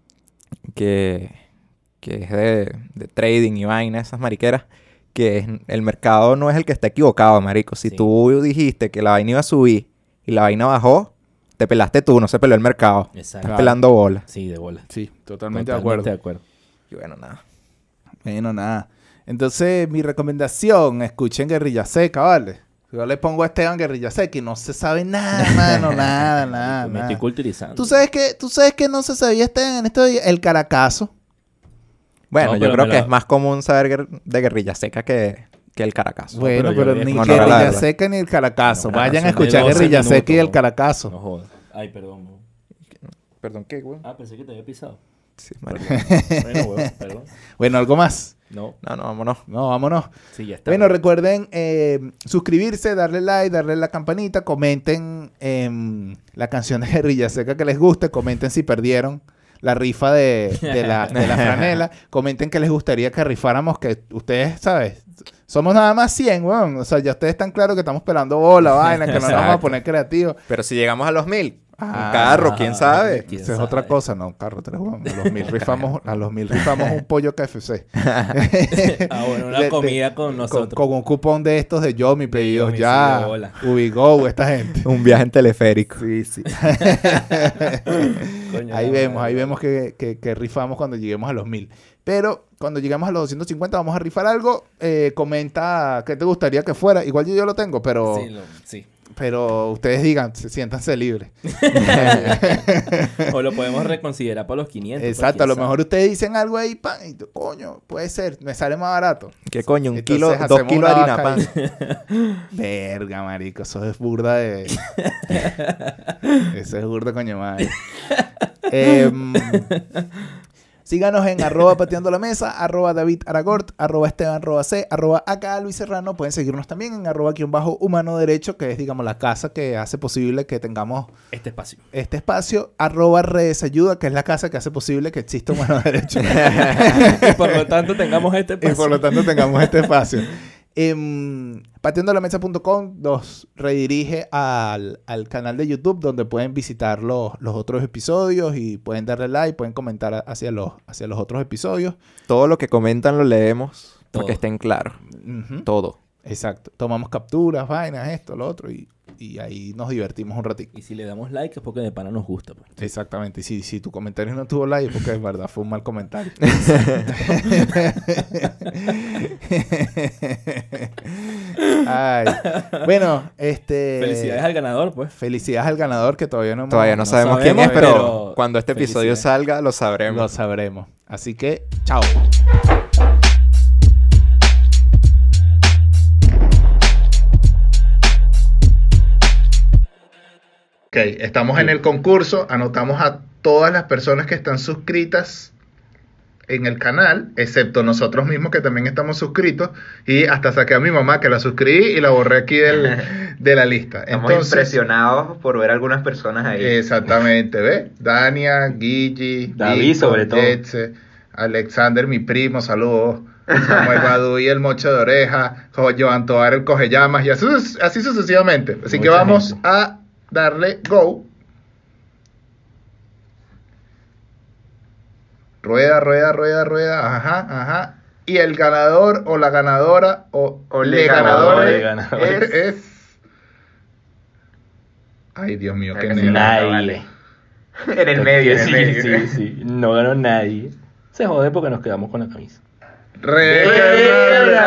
que, que es de, de trading y vaina, esas mariqueras, que es, el mercado no es el que está equivocado, marico. Si Sí. tú dijiste que la vaina iba a subir y la vaina bajó, te pelaste tú, no se peló el mercado. Exacto. Estás Claro. pelando bola. Sí, de bola. Sí, totalmente, Totalmente de acuerdo. de acuerdo. Y bueno, nada. Bueno, nada. Entonces, mi recomendación, escuchen Guerrilla Seca, ¿vale? Yo le pongo a Esteban Guerrilla Seca y no se sabe nada, mano, nada, nada, Me nada. estoy culturizando. ¿Tú sabes que, tú sabes que no se sabía Esteban en estos días? El Caracazo. Bueno, No, yo pero creo me que la- es más común saber guer- de Guerrilla Seca que, que el Caracazo. Bueno, pero yo pero, había ni escuchado- Guerrilla No, no, la Seca ni el Caracazo. No, Vayan a son de escuchar doce Guerrilla Seca y el minutos. Caracazo. No jodas. Ay, perdón. weón. Perdón, ¿qué, güey? Ah, pensé que te había pisado. Sí, marico. Bueno, weón, perdón. Bueno, ¿algo más? No, No, no, vámonos. No, vámonos. sí, ya está. Bueno, recuerden eh, suscribirse, darle like, darle la campanita, comenten em, la canción de Guerrilla Seca que les guste, comenten si perdieron la rifa de, de, la, de la franela, comenten que les gustaría que rifáramos, que ustedes, ¿sabes? Somos nada más cien, weón. O sea, ya ustedes están claros que estamos pelando bola, vaina, que no nos vamos a Exacto. poner creativos. Pero si llegamos a los mil, Ah, un carro, quién sabe. ¿Quién Esa es sabe? otra cosa, no, carro tres, weón. A los mil rifamos, a los mil rifamos un pollo K F C. Ah, bueno, una De- de- comida con Con, nosotros. con un cupón de estos de yo, mi pedido Yo, mi ya. sí, de bola. Ubigo, esta gente. Un viaje en teleférico. Sí, sí. Coño, ahí la vemos, madre. ahí vemos que, que, que rifamos cuando lleguemos a los mil. Pero cuando lleguemos a los doscientos cincuenta vamos a rifar algo. Eh, comenta qué te gustaría que fuera. Igual yo, yo lo tengo, pero, Sí, lo- sí. pero ustedes digan, se- siéntanse libres. O lo podemos reconsiderar para los quinientos. pues, Exacto, a quién lo sabe. mejor ustedes dicen algo ahí, pan, y tú, coño, puede ser, me sale más barato. ¿Qué coño? Un Entonces kilo, dos hacemos kilos de una harina vaca pan. Verga, marico, eso es burda de... Eso es burda coño madre. Em, síganos en arroba pateando la mesa, arroba David Aragort, arroba Esteban arroba C, arroba acá Luis Serrano. Pueden seguirnos también en arroba guión bajo humano derecho, que es, digamos, la casa que hace posible que tengamos Este espacio. este espacio, arroba redes ayuda, que es la casa que hace posible que exista humano derecho. Y por lo tanto tengamos este Y espacio. por lo tanto tengamos este espacio. Eh, pateando la mesa punto com nos redirige al, al canal de YouTube donde pueden visitar los, los otros episodios y pueden darle like, pueden comentar hacia los, hacia los otros episodios. Todo lo que comentan lo leemos Todo. porque estén claros. Ujú. Todo. Exacto. Tomamos capturas, vainas, esto, lo otro y, y ahí nos divertimos un ratito. Y si le damos like es porque de pana nos gusta. Pues. Exactamente. Y si, si tu comentario no tuvo like, porque es verdad, fue un mal comentario. Ay. Bueno, este... Felicidades al ganador, pues. Felicidades al ganador que todavía no hemos- Todavía no, no sabemos quién es, sabemos, pero, pero cuando este episodio felicidades. salga lo sabremos. lo sabremos. Así que, chao. Ok, estamos en el concurso. Anotamos a todas las personas que están suscritas en el canal, excepto nosotros mismos que también estamos suscritos. Y hasta saqué a mi mamá que la suscribí y la borré aquí del, de la lista. Estamos Entonces, impresionados por ver algunas personas ahí. exactamente, ¿ves? Dania, Guigi, David, Víctor, sobre todo. Jetze, Alexander, mi primo, saludos. Samuel Badu y el mocho de oreja, Joan Tobar, el coge llamas y así, así sucesivamente. Así que Mucha vamos gente. a darle go. Rueda, rueda, rueda, rueda. Ajá, ajá. Y el ganador o la ganadora o, O le le ganador le es, ganador. es, es- Ay, Dios mío, qué Casi negro. nada. Nadie. En el medio, en el sí, medio. sí, sí. No ganó nadie. Se jode porque nos quedamos con la camisa. Recuerda,